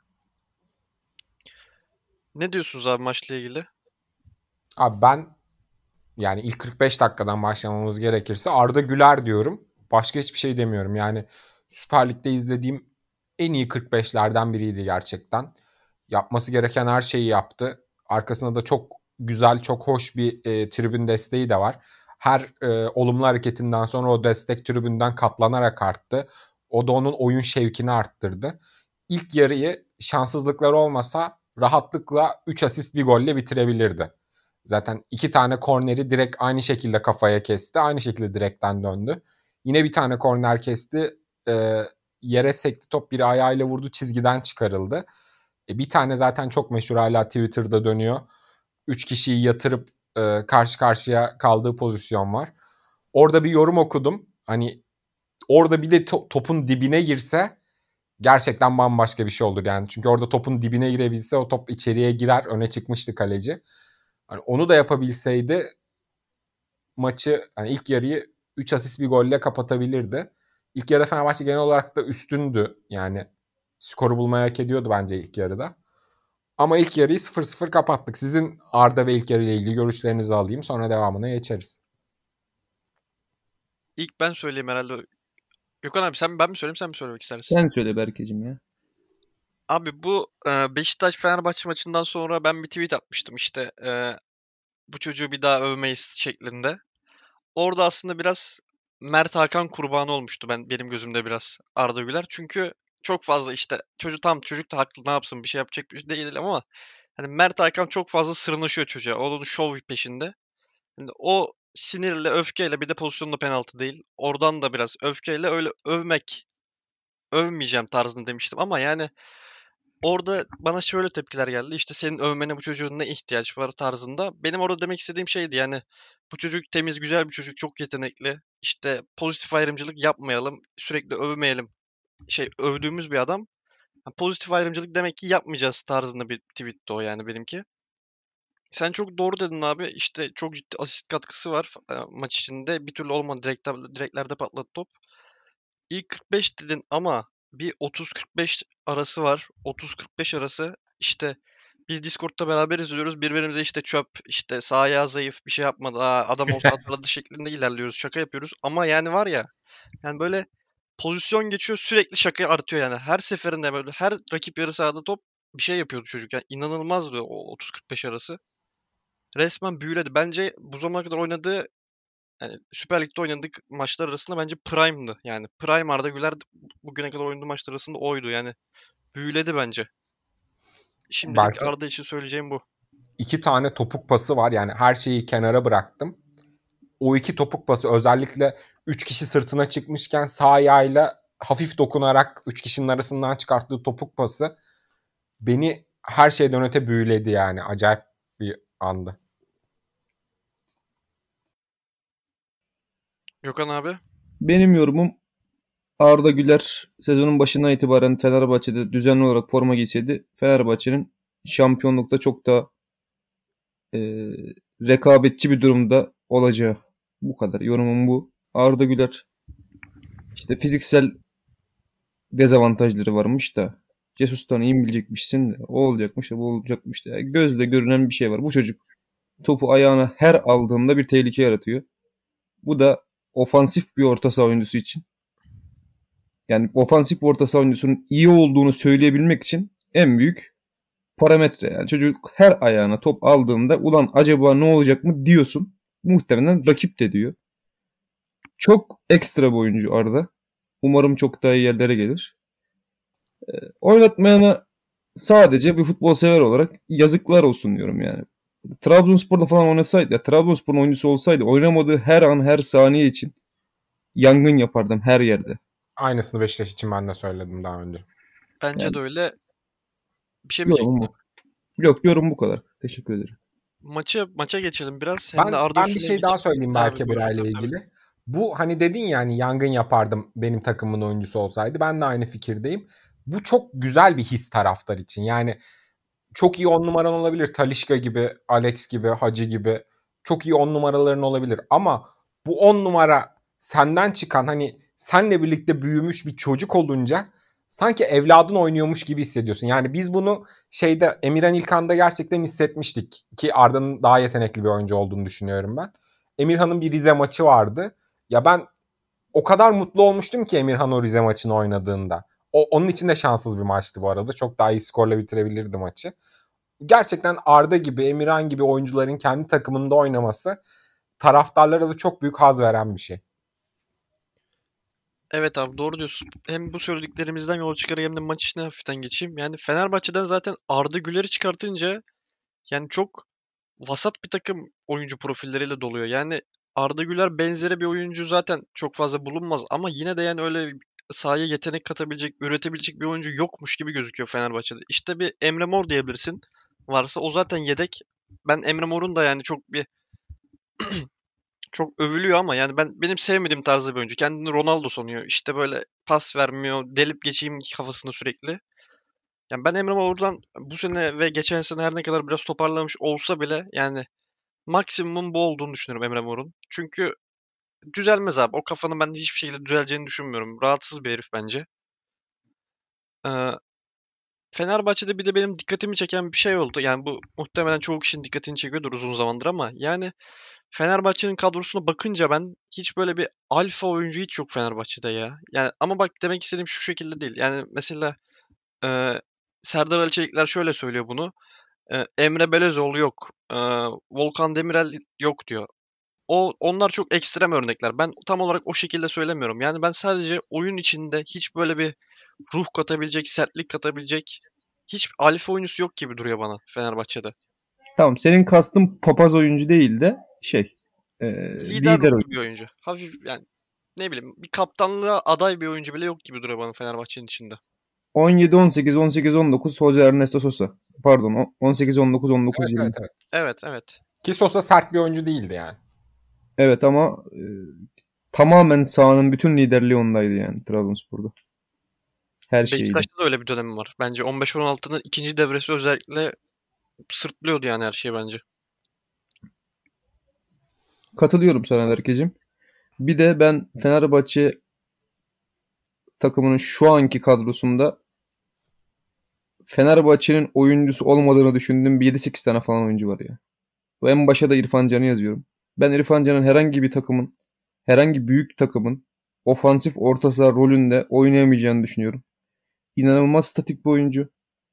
Ne diyorsunuz abi maçla ilgili? Abi ben yani ilk 45 dakikadan başlamamız gerekirse Arda Güler diyorum. Başka hiçbir şey demiyorum. Yani Süper Lig'de izlediğim en iyi 45'lerden biriydi gerçekten. Yapması gereken her şeyi yaptı. Arkasında da çok güzel, çok hoş bir tribün desteği de var. Her olumlu hareketinden sonra o destek tribünden katlanarak arttı. O da onun oyun şevkini arttırdı. İlk yarıyı şanssızlıklar olmasa rahatlıkla 3 asist bir golle bitirebilirdi. Zaten 2 tane korneri direkt aynı şekilde kafaya kesti. Aynı şekilde direkten döndü. Yine bir tane korner kesti. Yere sekti top, biri ayağıyla vurdu, çizgiden çıkarıldı. Bir tane zaten çok meşhur hala Twitter'da dönüyor. 3 kişiyi yatırıp karşı karşıya kaldığı pozisyon var. Orada bir yorum okudum. Hani orada bir de topun dibine girse gerçekten bambaşka bir şey olur yani. Çünkü orada topun dibine girebilse o top içeriye girer. Öne çıkmıştı kaleci. Hani onu da yapabilseydi maçı hani ilk yarıyı 3 asist bir golle kapatabilirdi. İlk yarıda Fenerbahçe genel olarak da üstündü. Yani skoru bulmayı hak ediyordu bence ilk yarıda. Ama ilk yarıyı 0-0 kapattık. Sizin Arda ve ilk yarı ile ilgili görüşlerinizi alayım. Sonra devamına geçeriz. İlk ben söyleyeyim herhalde. Gökhan abi ben mi söyleyeyim sen mi söylemek istersin? Sen söyle Berkeciğim ya. Abi bu Beşiktaş-Fenerbahçe maçından sonra ben bir tweet atmıştım işte bu çocuğu bir daha övmeyiz şeklinde. Orada aslında biraz Mert Hakan kurbanı olmuştu benim gözümde biraz Arda Güler. Çünkü çok fazla işte çocuk da haklı ne yapsın bir şey yapacak bir şey değil ama hani Mert Hakan çok fazla sırnaşıyor çocuğa. Onun şov peşinde. Yani o sinirle, öfkeyle bir de pozisyonda penaltı değil. Oradan da biraz öfkeyle öyle övmeyeceğim tarzında demiştim ama yani orada bana şöyle tepkiler geldi. İşte senin övmene bu çocuğun ne ihtiyaç var tarzında. Benim orada demek istediğim şeydi yani bu çocuk temiz, güzel bir çocuk, çok yetenekli. İşte pozitif ayrımcılık yapmayalım, sürekli övmeyelim övdüğümüz bir adam. Pozitif ayrımcılık demek ki yapmayacağız tarzında bir tweetti o yani benimki. Sen çok doğru dedin abi. İşte çok ciddi asist katkısı var maç içinde. Bir türlü olmadı. Direklerde patladı top. İlk 45 dedin ama bir 30-45 arası var. 30-45 arası işte biz Discord'da beraber izliyoruz. Birbirimize işte çöp, işte sağ ayağı zayıf, bir şey yapmadı. Adam olsa atladı şeklinde ilerliyoruz. Şaka yapıyoruz. Ama yani var ya, yani böyle pozisyon geçiyor, sürekli şaka artıyor yani. Her seferinde böyle her rakip yarı sahada top bir şey yapıyordu çocuk. Yani inanılmazdı o 30-45 arası. Resmen büyüledi. Bence bu zamana kadar oynadığı, yani Süper Lig'de oynadık maçlar arasında bence prime'dı. Yani prime Arda Güler bugüne kadar oynadığı maçlar arasında oydu. Yani büyüledi bence. Şimdilik Belki Arda için söyleyeceğim bu. 2 tane topuk pası var. Yani her şeyi kenara bıraktım. O 2 topuk pası özellikle 3 kişi sırtına çıkmışken sağ ayağıyla hafif dokunarak 3 kişinin arasından çıkarttığı topuk pası beni her şeyden öte büyüledi yani. Acayip bir andı. Gökhan abi. Benim yorumum Arda Güler sezonun başından itibaren Fenerbahçe'de düzenli olarak forma giyseydi Fenerbahçe'nin şampiyonlukta çok daha e, rekabetçi bir durumda olacağı. Bu kadar. Yorumum bu. Arda Güler işte fiziksel dezavantajları varmış da Jesus'tan iyi mi bilecekmişsin de o olacakmış da bu olacakmış da. Yani gözle görünen bir şey var. Bu çocuk topu ayağına her aldığında bir tehlike yaratıyor. Bu da ofansif bir orta saha oyuncusu için, yani ofansif bir orta saha oyuncusunun iyi olduğunu söyleyebilmek için en büyük parametre. Yani çocuk her ayağına top aldığında ulan acaba ne olacak mı diyorsun. Muhtemelen rakip de diyor. Çok ekstra bir oyuncu Arda. Umarım çok daha iyi yerlere gelir. Oynatmayana sadece bir futbol sever olarak yazıklar olsun diyorum yani. Trabzonspor'da falan oynasaydı, ya Trabzonspor'un oyuncusu olsaydı oynamadığı her an her saniye için yangın yapardım her yerde. Aynısını Beşiktaş için ben de söyledim daha önce. Bence Yani de öyle. Bir şey mi yorumum diyecektin? bu. Yok, yorum bu kadar. Teşekkür ederim. Maça geçelim biraz. Hem de Arda Ben bir üstüne şey daha söyleyeyim Abi Berke buyur. Biray'la ilgili. Bu hani dedin ya hani yangın yapardım benim takımın oyuncusu olsaydı. Ben de aynı fikirdeyim. Bu çok güzel bir his taraftar için. Yani çok iyi 10 numaran olabilir. Talisca gibi, Alex gibi, Hacı gibi. Çok iyi 10 numaraların olabilir. Ama bu 10 numara senden çıkan hani senle birlikte büyümüş bir çocuk olunca sanki evladın oynuyormuş gibi hissediyorsun. Yani biz bunu Emirhan İlkan'da gerçekten hissetmiştik. Ki Arda'nın daha yetenekli bir oyuncu olduğunu düşünüyorum ben. Emirhan'ın bir Rize maçı vardı. Ya ben o kadar mutlu olmuştum ki Emirhan o Rize maçını oynadığında. Onun için de şanssız bir maçtı bu arada. Çok daha iyi skorla bitirebilirdi maçı. Gerçekten Arda gibi, Emirhan gibi oyuncuların kendi takımında oynaması taraftarlara da çok büyük haz veren bir şey. Evet abi doğru diyorsun. Hem bu söylediklerimizden yola çıkarak hem de maç işine hafiften geçeyim. Yani Fenerbahçe'den zaten Arda Güler'i çıkartınca yani çok vasat bir takım oyuncu profilleriyle doluyor. Yani Arda Güler benzeri bir oyuncu zaten çok fazla bulunmaz ama yine de yani öyle sahaya yetenek katabilecek, üretebilecek bir oyuncu yokmuş gibi gözüküyor Fenerbahçe'de. İşte bir Emre Mor diyebilirsin. Varsa o zaten yedek. Ben Emre Mor'un da yani çok övülüyor ama yani benim sevmediğim tarzda bir oyuncu. Kendini Ronaldo sanıyor. İşte böyle pas vermiyor, delip geçeyim kafasında sürekli. Yani ben Emre Mor'dan bu sene ve geçen sene her ne kadar biraz toparlamış olsa bile yani maksimum bu olduğunu düşünüyorum Emre Mor'un. Çünkü düzelmez abi. O kafanın ben hiçbir şekilde düzeleceğini düşünmüyorum. Rahatsız bir herif bence. Ee, Fenerbahçe'de bir de benim dikkatimi çeken bir şey oldu. Yani bu muhtemelen çoğu kişinin dikkatini çekiyordur uzun zamandır ama yani Fenerbahçe'nin kadrosuna bakınca ben hiç böyle bir alfa oyuncu hiç yok Fenerbahçe'de ya. Yani ama bak demek istediğim şu şekilde değil. Yani mesela e, Serdar Ali Çelikler şöyle söylüyor bunu. Emre Belezoğlu yok. Volkan Demirel yok diyor. Onlar çok ekstrem örnekler. Ben tam olarak o şekilde söylemiyorum. Yani ben sadece oyun içinde hiç böyle bir ruh katabilecek, sertlik katabilecek hiç alfa oyuncusu yok gibi duruyor bana Fenerbahçe'de. Tamam, senin kastın papaz oyuncu değil de e, Lider lider ruhlu oyuncu. bir oyuncu. Hafif yani ne bileyim bir kaptanlığa aday bir oyuncu bile yok gibi duruyor bana Fenerbahçe'nin içinde. 17, 18, 18, 19 Jose Ernesto Sosa. Pardon, 18, 19, 19, Evet, 20. evet, evet. Evet, evet. Ki Sosa sert bir oyuncu değildi yani. Evet ama tamamen sahanın bütün liderliği ondaydı yani Trabzonspor'da. Her şeyiyle. Beşiktaş'ta da öyle bir dönemi var. Bence 15-16'nın ikinci devresi özellikle sırtlıyordu yani her şey bence. Katılıyorum sana Berkeciğim. Bir de ben Fenerbahçe takımının şu anki kadrosunda Fenerbahçe'nin oyuncusu olmadığını düşündüğüm bir 7-8 tane falan oyuncu var ya. Ve en başa da İrfan Can'ı yazıyorum. Ben İrfan Can'ın herhangi büyük takımın ofansif orta saha rolünde oynayamayacağını düşünüyorum. İnanılmaz statik bir oyuncu.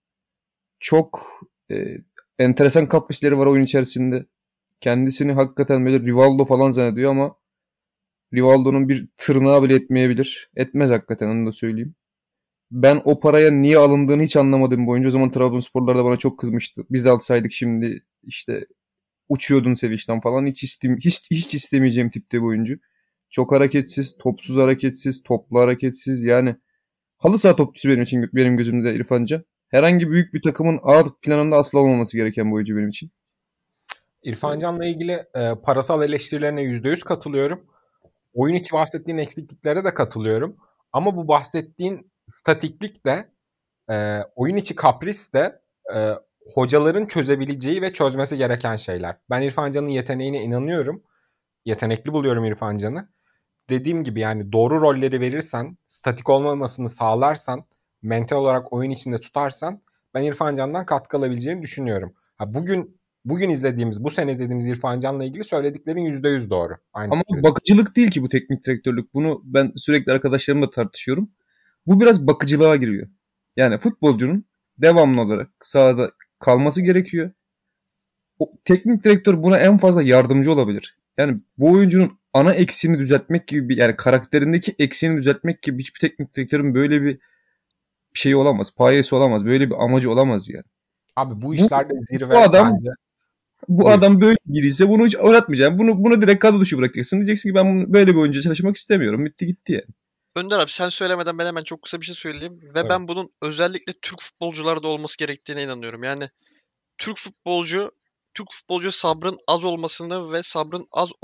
Çok enteresan kaprisleri var oyun içerisinde. Kendisini hakikaten böyle Rivaldo falan zannediyor ama Rivaldo'nun bir tırnağı bile etmeyebilir. Etmez hakikaten, onu da söyleyeyim. Ben o paraya niye alındığını hiç anlamadığım bir oyuncu. O zaman Trabzonsporlar da bana çok kızmıştı. Biz alsaydık şimdi işte uçuyordun sevinçten falan. Hiç istemeyeceğim tipte bir oyuncu. Çok hareketsiz, topsuz hareketsiz, toplu hareketsiz. Yani halı saha topçusu benim gözümde İrfan Can. Herhangi büyük bir takımın ağır planında asla olmaması gereken bir oyuncu benim için. İrfan Can'la ilgili parasal eleştirilerine %100 katılıyorum. Oyun içi bahsettiğin eksikliklere de katılıyorum. Ama bu bahsettiğin statiklik de oyun içi kapris de hocaların çözebileceği ve çözmesi gereken şeyler. Ben İrfan Can'ın yeteneğine inanıyorum. Yetenekli buluyorum İrfan Can'ı. Dediğim gibi yani doğru rolleri verirsen, statik olmamasını sağlarsan, mental olarak oyun içinde tutarsan ben İrfan Can'dan katkı alabileceğini düşünüyorum. Bugün izlediğimiz, bu sene izlediğimiz İrfan Can'la ilgili söylediklerin %100 doğru. Aynı Ama fikirde. bakıcılık değil ki bu teknik direktörlük. Bunu ben sürekli arkadaşlarımla tartışıyorum. Bu biraz bakıcılığa giriyor. Yani futbolcunun devamlı olarak sahada kalması gerekiyor. O teknik direktör buna en fazla yardımcı olabilir. Yani bu oyuncunun ana eksiğini düzeltmek gibi yani karakterindeki eksiğini düzeltmek gibi hiçbir teknik direktörün böyle bir şeyi olamaz. Payesi olamaz. Böyle bir amacı olamaz yani. Abi bu işlerde zirve bu adam bence. Bu Buyur. adam böyle biriyse bunu hiç oynatmayacaksın. Bunu direkt kadro dışı bırakacaksın. Diyeceksin ki ben böyle bir oyuncu çalışmak istemiyorum. Bitti gitti yani. Önder abi sen söylemeden ben hemen çok kısa bir şey söyleyeyim. Ve Evet. ben bunun özellikle Türk futbolcularda olması gerektiğine inanıyorum. Yani Türk futbolcu sabrın az olmasını ve sabrın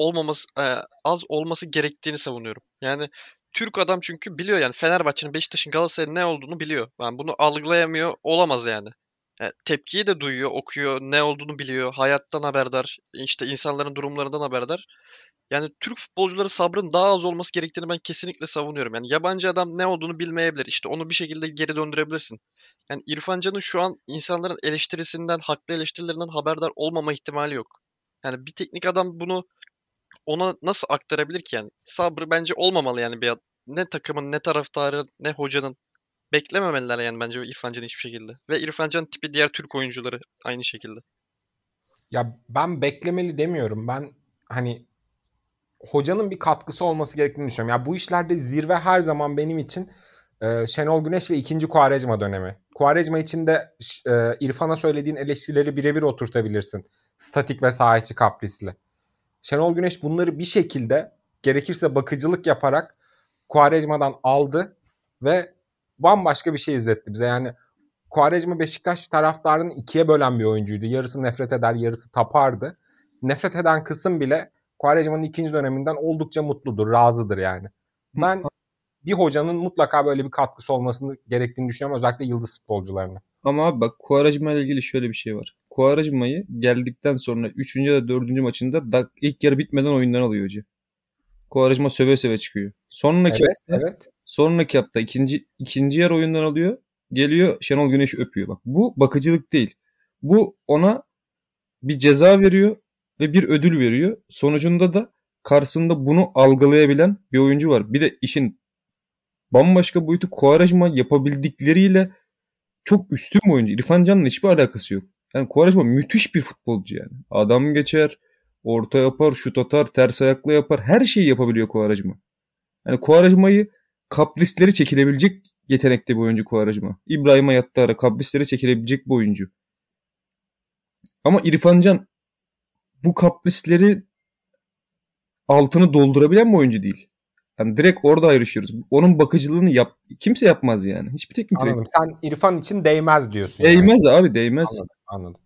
az olması gerektiğini savunuyorum. Yani Türk adam çünkü biliyor yani Fenerbahçe'nin, Beşiktaş'ın, Galatasaray'ın ne olduğunu biliyor. Yani bunu algılayamıyor olamaz yani. Yani tepkiyi de duyuyor, okuyor, ne olduğunu biliyor, hayattan haberdar, işte insanların durumlarından haberdar. Yani Türk futbolcuları sabrın daha az olması gerektiğini ben kesinlikle savunuyorum. Yani yabancı adam ne olduğunu bilmeyebilir. İşte onu bir şekilde geri döndürebilirsin. Yani İrfan Can'ın şu an insanların eleştirisinden, haklı eleştirilerinden haberdar olmama ihtimali yok. Yani bir teknik adam bunu ona nasıl aktarabilir ki yani? Sabrı bence olmamalı yani ne takımın, ne taraftarı, ne hocanın. Beklememeliler yani bence İrfan Can'ı hiçbir şekilde. Ve İrfan Can tipi diğer Türk oyuncuları aynı şekilde. Ya ben beklemeli demiyorum. Ben hani hocanın bir katkısı olması gerektiğini düşünüyorum. Ya bu işlerde zirve her zaman benim için Şenol Güneş ve 2. Quaresma dönemi. Quaresma için de İrfan'a söylediğin eleştirileri birebir oturtabilirsin. Statik ve saha içi kaprisli. Şenol Güneş bunları bir şekilde gerekirse bakıcılık yaparak Quaresma'dan aldı ve bambaşka bir şey izletti bize. Yani Quaresma Beşiktaş taraftarını ikiye bölen bir oyuncuydu. Yarısı nefret eder, yarısı tapardı. Nefret eden kısım bile Quaresma'nın ikinci döneminden oldukça mutludur, razıdır yani. Ben bir hocanın mutlaka böyle bir katkısı olmasını gerektiğini düşünüyorum. Özellikle yıldız futbolcularına. Ama abi bak Quaresma ile ilgili şöyle bir şey var. Quaresma'yı geldikten sonra 3. ya da 4. maçında ilk yarı bitmeden oyundan alıyor hoca. Quaresma söve söve çıkıyor. Sonraki hafta ikinci yarı oyundan alıyor. Geliyor Şenol Güneş öpüyor. Bak bu bakıcılık değil. Bu ona bir ceza veriyor ve bir ödül veriyor. Sonucunda da karşısında bunu algılayabilen bir oyuncu var. Bir de işin bambaşka boyutu Quaresma yapabildikleriyle çok üstün bir oyuncu. İrfan Can'la hiçbir alakası yok. Yani Quaresma müthiş bir futbolcu yani. Adam geçer, orta yapar, şut atar, ters ayakla yapar. Her şeyi yapabiliyor Quaresma. Yani Quaresma'yı kaprisleri çekilebilecek yetenekte bir oyuncu Quaresma. İbrahim Hayattara kaprisleri çekilebilecek bir oyuncu. Ama İrfan Can bu kaprisleri altını doldurabilen bir oyuncu değil. Yani direkt orada ayrışıyoruz. Onun bakıcılığını kimse yapmaz yani. Hiçbir teknik Anladım. Sen İrfan için değmez diyorsun. Değmez yani. Abi değmez. Anladım.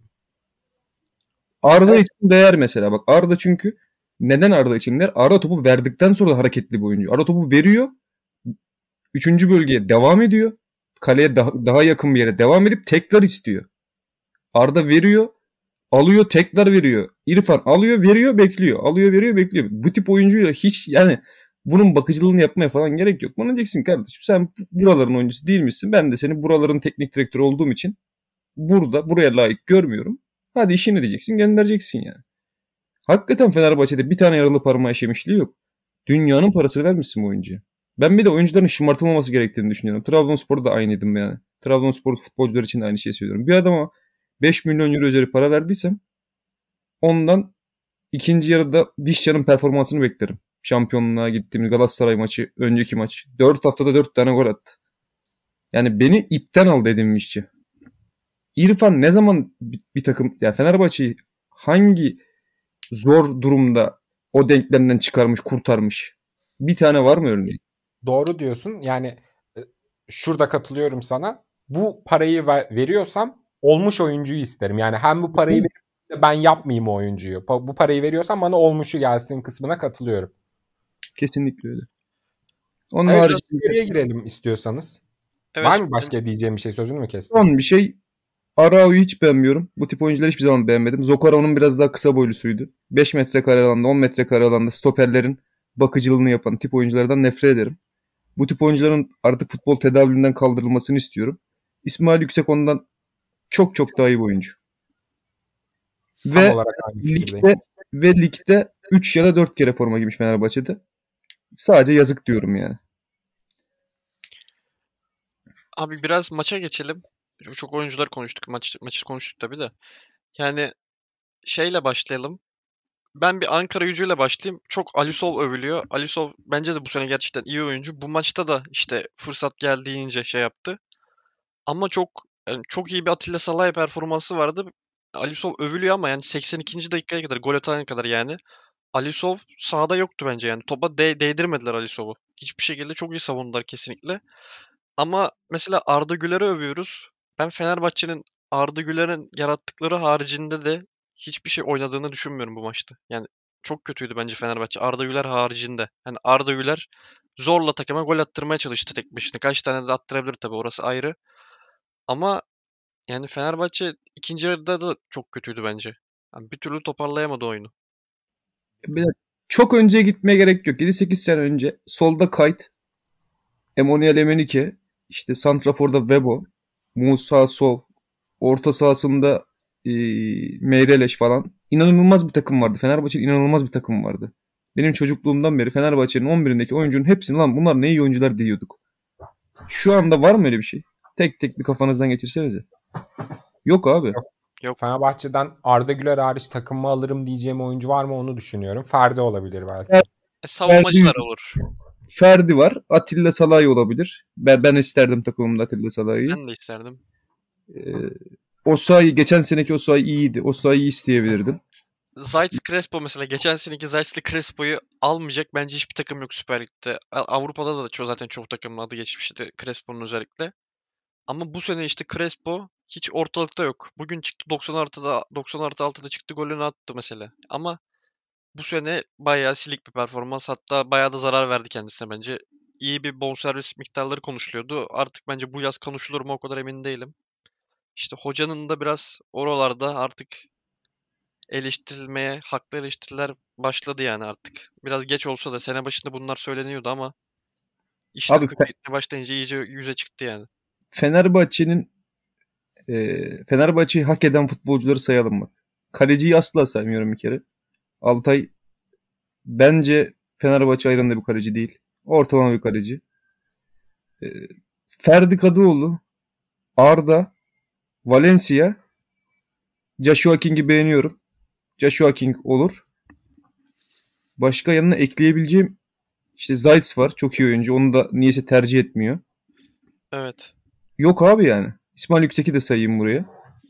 Arda için değer mesela. Bak Arda çünkü neden Arda için değer? Arda topu verdikten sonra da hareketli bir oyuncu. Arda topu veriyor. 3. bölgeye devam ediyor. kaleye daha yakın bir yere devam edip tekrar istiyor. Arda veriyor, alıyor, tekrar veriyor. İrfan alıyor, veriyor, bekliyor. Alıyor, veriyor, bekliyor. Bu tip oyuncuyla hiç yani bunun bakıcılığını yapmaya falan gerek yok. Bana diyeceksin kardeşim sen buraların oyuncusu değil misin? Ben de seni buraların teknik direktörü olduğum için buraya layık görmüyorum. Hadi işini diyeceksin, göndereceksin yani. Hakikaten Fenerbahçe'de bir tane yaralı parmağı şemişliği yok. Dünyanın parasını vermişsin bu oyuncuya. Ben bir de oyuncuların şımartılmaması gerektiğini düşünüyorum. Trabzonspor'da da aynıydım yani. Trabzonspor futbolcular için de aynı şeyi söylüyorum. Bir adama 5 milyon euro üzeri para verdiysem ondan ikinci yarıda Vişça'nın performansını beklerim. Şampiyonluğa gittiğimiz Galatasaray maçı, önceki maç. 4 haftada 4 tane gol attı. Yani beni ipten al dedim Vişça. İrfan ne zaman bir takım, yani Fenerbahçe'yi hangi zor durumda o denklemden çıkarmış, kurtarmış? Bir tane var mı örneği? Doğru diyorsun. Yani şurada katılıyorum sana. Bu parayı veriyorsam olmuş oyuncuyu isterim. Yani hem bu parayı verip ben yapmayayım o oyuncuyu. Bu parayı veriyorsam bana olmuşu gelsin kısmına katılıyorum. Kesinlikle öyle. Onun Evet, haricinde geriye girelim istiyorsanız. Evet, Var mı başka diyeceğim bir şey? Sözünü mü kestim? son bir şey. Arao'yu hiç beğenmiyorum. Bu tip oyuncuları hiçbir zaman beğenmedim. Zokora onun biraz daha kısa boylusuydu. 5 metrekare alanda, 10 metrekare alanda stoperlerin bakıcılığını yapan tip oyunculardan nefret ederim. Bu tip oyuncuların artık futbol tedavülünden kaldırılmasını istiyorum. İsmail Yüksek ondan çok çok daha iyi bir oyuncu. Tam Ve olarak aynı fikirdeyim. ligde 3 ya da 4 kere forma giymiş Fenerbahçe'de. Sadece yazık diyorum yani. Abi biraz maça geçelim. Çok oyuncular konuştuk. Maçı konuştuk tabii de. Yani şeyle başlayalım. Ben bir Ankara Gücü'yle başlayayım. Çok Alisov övülüyor. Alisov bence de bu sene gerçekten iyi oyuncu. Bu maçta da işte fırsat geldiğince şey yaptı. Ama çok iyi bir Atilla Salay performansı vardı. Alisov övülüyor ama yani 82. dakikaya kadar gol atana kadar yani Alisov sahada yoktu bence yani. Topa değdirmediler Alisov'u. Hiçbir şekilde çok iyi savundular kesinlikle. Ama mesela Arda Güler'i övüyoruz. Ben Fenerbahçe'nin Arda Güler'in yarattıkları haricinde de hiçbir şey oynadığını düşünmüyorum bu maçta. Yani çok kötüydü bence Fenerbahçe Arda Güler haricinde. Yani Arda Güler zorla takıma gol attırmaya çalıştı tek başına. Kaç tane de attırabilir tabii orası ayrı. Ama yani Fenerbahçe ikinci yarıda da çok kötüydü bence. Yani bir türlü toparlayamadı oyunu. Çok önceye gitmeye gerek yok. 7-8 sene önce solda Kayt, Emmanuel Emenike, işte Santrafor'da Webo, Musa Sol, orta sahasında Meyreleş falan. İnanılmaz bir takım vardı. Fenerbahçe'nin inanılmaz bir takım vardı. Benim çocukluğumdan beri Fenerbahçe'nin 11'indeki oyuncunun hepsini lan bunlar ne iyi oyuncular diyorduk. Şu anda var mı öyle bir şey? Tek tek bir kafanızdan geçirsenize. Yok abi. Yok. Fenerbahçe'den Arda Güler hariç takımımı alırım diyeceğim oyuncu var mı onu düşünüyorum. Ferdi olabilir belki. Savunmacılar olur. Ferdi var. Atilla Salay olabilir. Ben isterdim takımımda Atilla Salay'ı. Ben de isterdim. Osayi geçen seneki Osayi iyiydi. Osayi'yi isteyebilirdim. Zayt Crespo mesela geçen seneki Zayt'li Crespo'yu almayacak bence hiçbir takım yok Süper Lig'de. Avrupa'da da zaten çok takımın adı geçmişti Crespo'nun özellikle. Ama bu sene işte Crespo hiç ortalıkta yok. Bugün çıktı 90+6'da çıktı golünü attı mesela. Ama bu sene bayağı silik bir performans, hatta bayağı da zarar verdi kendisine bence. İyi bir bonservis miktarları konuşuluyordu. Artık bence bu yaz konuşulur mu o kadar emin değilim. İşte hocanın da biraz oralarda artık eleştirilmeye, haklı eleştiriler başladı yani artık. Biraz geç olsa da sene başında bunlar söyleniyordu ama işler Abi kötü gitmeye başlayınca iyice yüze çıktı yani. Fenerbahçe'nin Fenerbahçe'yi hak eden futbolcuları sayalım bak. Kaleciyi asla saymıyorum bir kere. Altay bence Fenerbahçe ayranında bir kaleci değil. Ortalama bir kaleci. E, Ferdi Kadıoğlu, Arda, Valencia, Joshua King'i beğeniyorum. Joshua King olur. Başka yanına ekleyebileceğim işte Zayt var. Çok iyi oyuncu. Onu da niyeyse tercih etmiyor. Evet. Yok abi yani. İsmail Yüksek'i de sayayım buraya.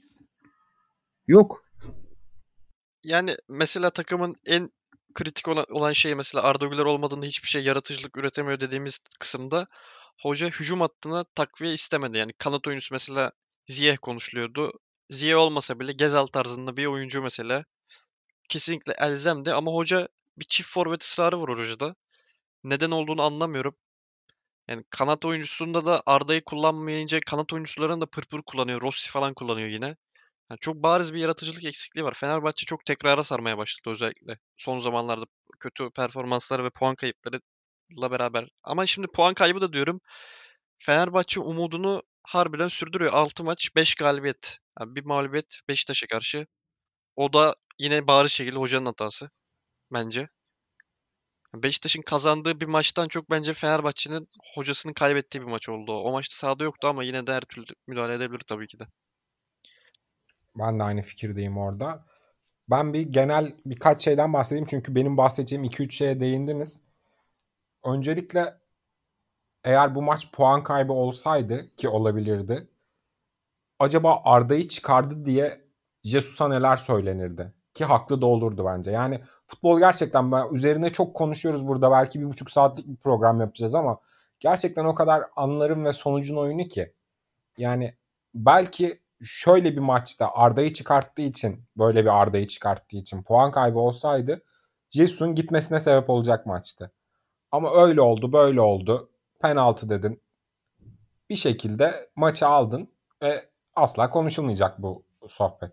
Yok. Yani mesela takımın en kritik olan şey mesela Arda Güler olmadığında hiçbir şey yaratıcılık üretemiyor dediğimiz kısımda hoca hücum hattına takviye istemedi. Yani kanat oyuncusu mesela Ziyech konuşuluyordu. Ziyech olmasa bile Gezal tarzında bir oyuncu mesela kesinlikle elzemdi ama hoca bir çift forvet ısrarı var hocada. Neden olduğunu anlamıyorum. Yani kanat oyuncusunda da Arda'yı kullanmayınca kanat oyuncularını da pırpır kullanıyor. Rossi falan kullanıyor yine. Yani çok bariz bir yaratıcılık eksikliği var. Fenerbahçe çok tekrara sarmaya başladı özellikle. Son zamanlarda kötü performansları ve puan kayıplarıyla beraber. Ama şimdi puan kaybı da diyorum. Fenerbahçe umudunu harbiden sürdürüyor. 6 maç 5 galibiyet. Yani bir mağlubiyet Beşiktaş'a karşı. O da yine bariz şekilde hocanın hatası bence. Beşiktaş'ın kazandığı bir maçtan çok bence Fenerbahçe'nin hocasının kaybettiği bir maç oldu. O maçta sahada yoktu ama yine de her türlü müdahale edebilir tabii ki de. Ben de aynı fikirdeyim orada. Ben bir genel birkaç şeyden bahsedeyim çünkü benim bahsedeceğim 2-3 şeye değindiniz. Öncelikle eğer bu maç puan kaybı olsaydı ki olabilirdi, acaba Arda'yı çıkardı diye Jesus'a neler söylenirdi? Ki haklı da olurdu bence. Yani futbol gerçekten üzerine çok konuşuyoruz burada. Belki 1,5 saatlik bir program yapacağız ama gerçekten o kadar anların ve sonucun oyunu ki. Yani belki şöyle bir maçta Arda'yı çıkarttığı için, böyle bir Arda'yı çıkarttığı için puan kaybı olsaydı Jesus'un gitmesine sebep olacak maçtı. Ama öyle oldu, böyle oldu. Penaltı dedin. Bir şekilde maçı aldın ve asla konuşulmayacak bu sohbet.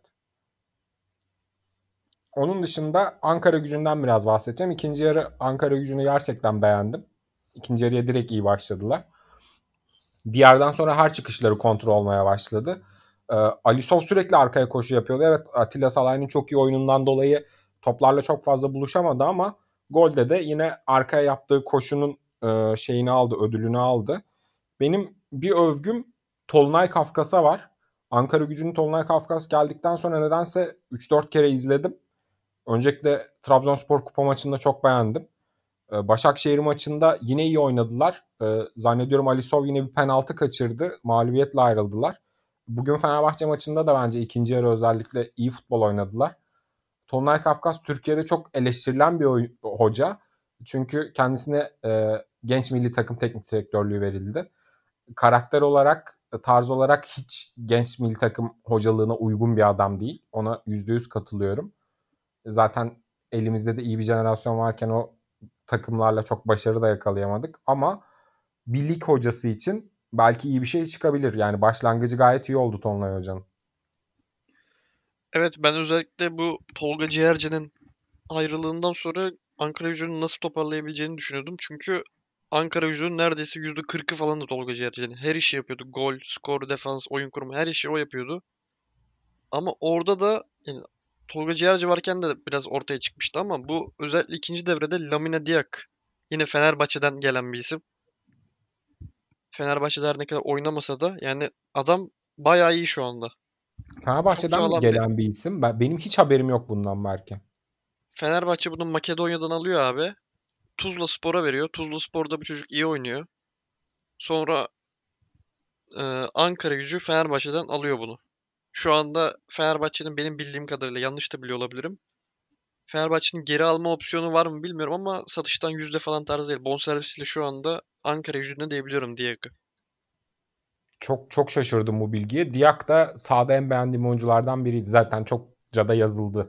Onun dışında Ankara Gücü'nden biraz bahsedeceğim. İkinci yarı Ankara Gücü'nü gerçekten beğendim. İkinci yarıya direkt iyi başladılar. Bir yerden sonra her çıkışları kontrol olmaya başladı. Alisov sürekli arkaya koşu yapıyordu. Evet, Atilla Salay'ın çok iyi oyunundan dolayı toplarla çok fazla buluşamadı ama golde de yine arkaya yaptığı koşunun şeyini aldı, ödülünü aldı. Benim bir övgüm Tolunay Kafkas'a var. Ankara Gücü'nün Tolunay Kafkas geldikten sonra nedense 3-4 kere izledim. Öncelikle Trabzonspor Kupa maçında çok beğendim. Başakşehir maçında yine iyi oynadılar. Zannediyorum Alisov yine bir penaltı kaçırdı. Mağlubiyetle ayrıldılar. Bugün Fenerbahçe maçında da bence ikinci yarı özellikle iyi futbol oynadılar. Tolunay Kafkas Türkiye'de çok eleştirilen bir hoca. Çünkü kendisine genç milli takım teknik direktörlüğü verildi. Karakter olarak, tarz olarak hiç genç milli takım hocalığına uygun bir adam değil. Ona %100 katılıyorum. Zaten elimizde de iyi bir jenerasyon varken o takımlarla çok başarı da yakalayamadık. Ama bir lig hocası için belki iyi bir şey çıkabilir. Yani başlangıcı gayet iyi oldu Tolunay Hoca'nın. Evet, ben özellikle bu Tolga Ciğerci'nin ayrılığından sonra Ankara Gücü'nün nasıl toparlayabileceğini düşünüyordum. Çünkü Ankara Gücü'nün neredeyse %40'ı falan da Tolga Ciğerci'nin. Her işi yapıyordu. Gol, skor, defans, oyun kurumu her işi o yapıyordu. Ama orada da yani Tolga Ciğerci varken de biraz ortaya çıkmıştı ama bu özellikle ikinci devrede Lamine Diak. Yine Fenerbahçe'den gelen bir isim. Fenerbahçe'de her ne kadar oynamasa da yani adam bayağı iyi şu anda. Çok Fenerbahçe'den mi sağlam bir. gelen bir isim? Benim hiç haberim yok bundan belki. Fenerbahçe bunu Makedonya'dan alıyor abi. Tuzlaspor'a veriyor. Tuzlaspor'da bu çocuk iyi oynuyor. Sonra Ankara Gücü Fenerbahçe'den alıyor bunu. Şu anda Fenerbahçe'nin benim bildiğim kadarıyla yanlış da biliyor olabilirim. Fenerbahçe'nin geri alma opsiyonu var mı bilmiyorum ama satıştan yüzde falan tarzı değil. Bonservisiyle şu anda Ankara Gücü'nde diyebiliyorum Diak'ı. Çok çok şaşırdım bu bilgiye. Diak da sahada en beğendiğim oyunculardan biriydi. Zaten çokça da yazıldı.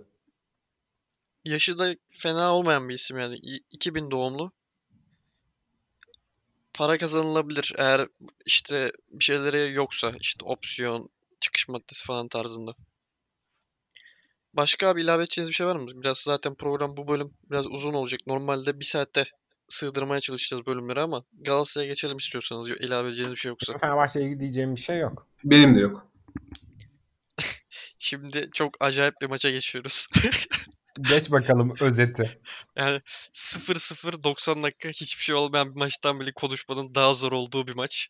Yaşı da fena olmayan bir isim yani. 2000 doğumlu. Para kazanılabilir eğer işte bir şeyleri yoksa işte opsiyon, çıkış maddesi falan tarzında. Başka abi ilave edeceğiniz bir şey var mı? Biraz zaten program bu bölüm biraz uzun olacak. Normalde bir saatte sığdırmaya çalışacağız bölümleri ama Galatasaray'a geçelim istiyorsanız. İlave edeceğiniz bir şey yoksa. Fenerbahçe'ye ilgili diyeceğim bir şey yok. Benim de yok. Şimdi çok acayip bir maça geçiyoruz. Geç bakalım özeti. Yani 0-0 90 dakika hiçbir şey olmayan bir maçtan bile konuşmanın daha zor olduğu bir maç.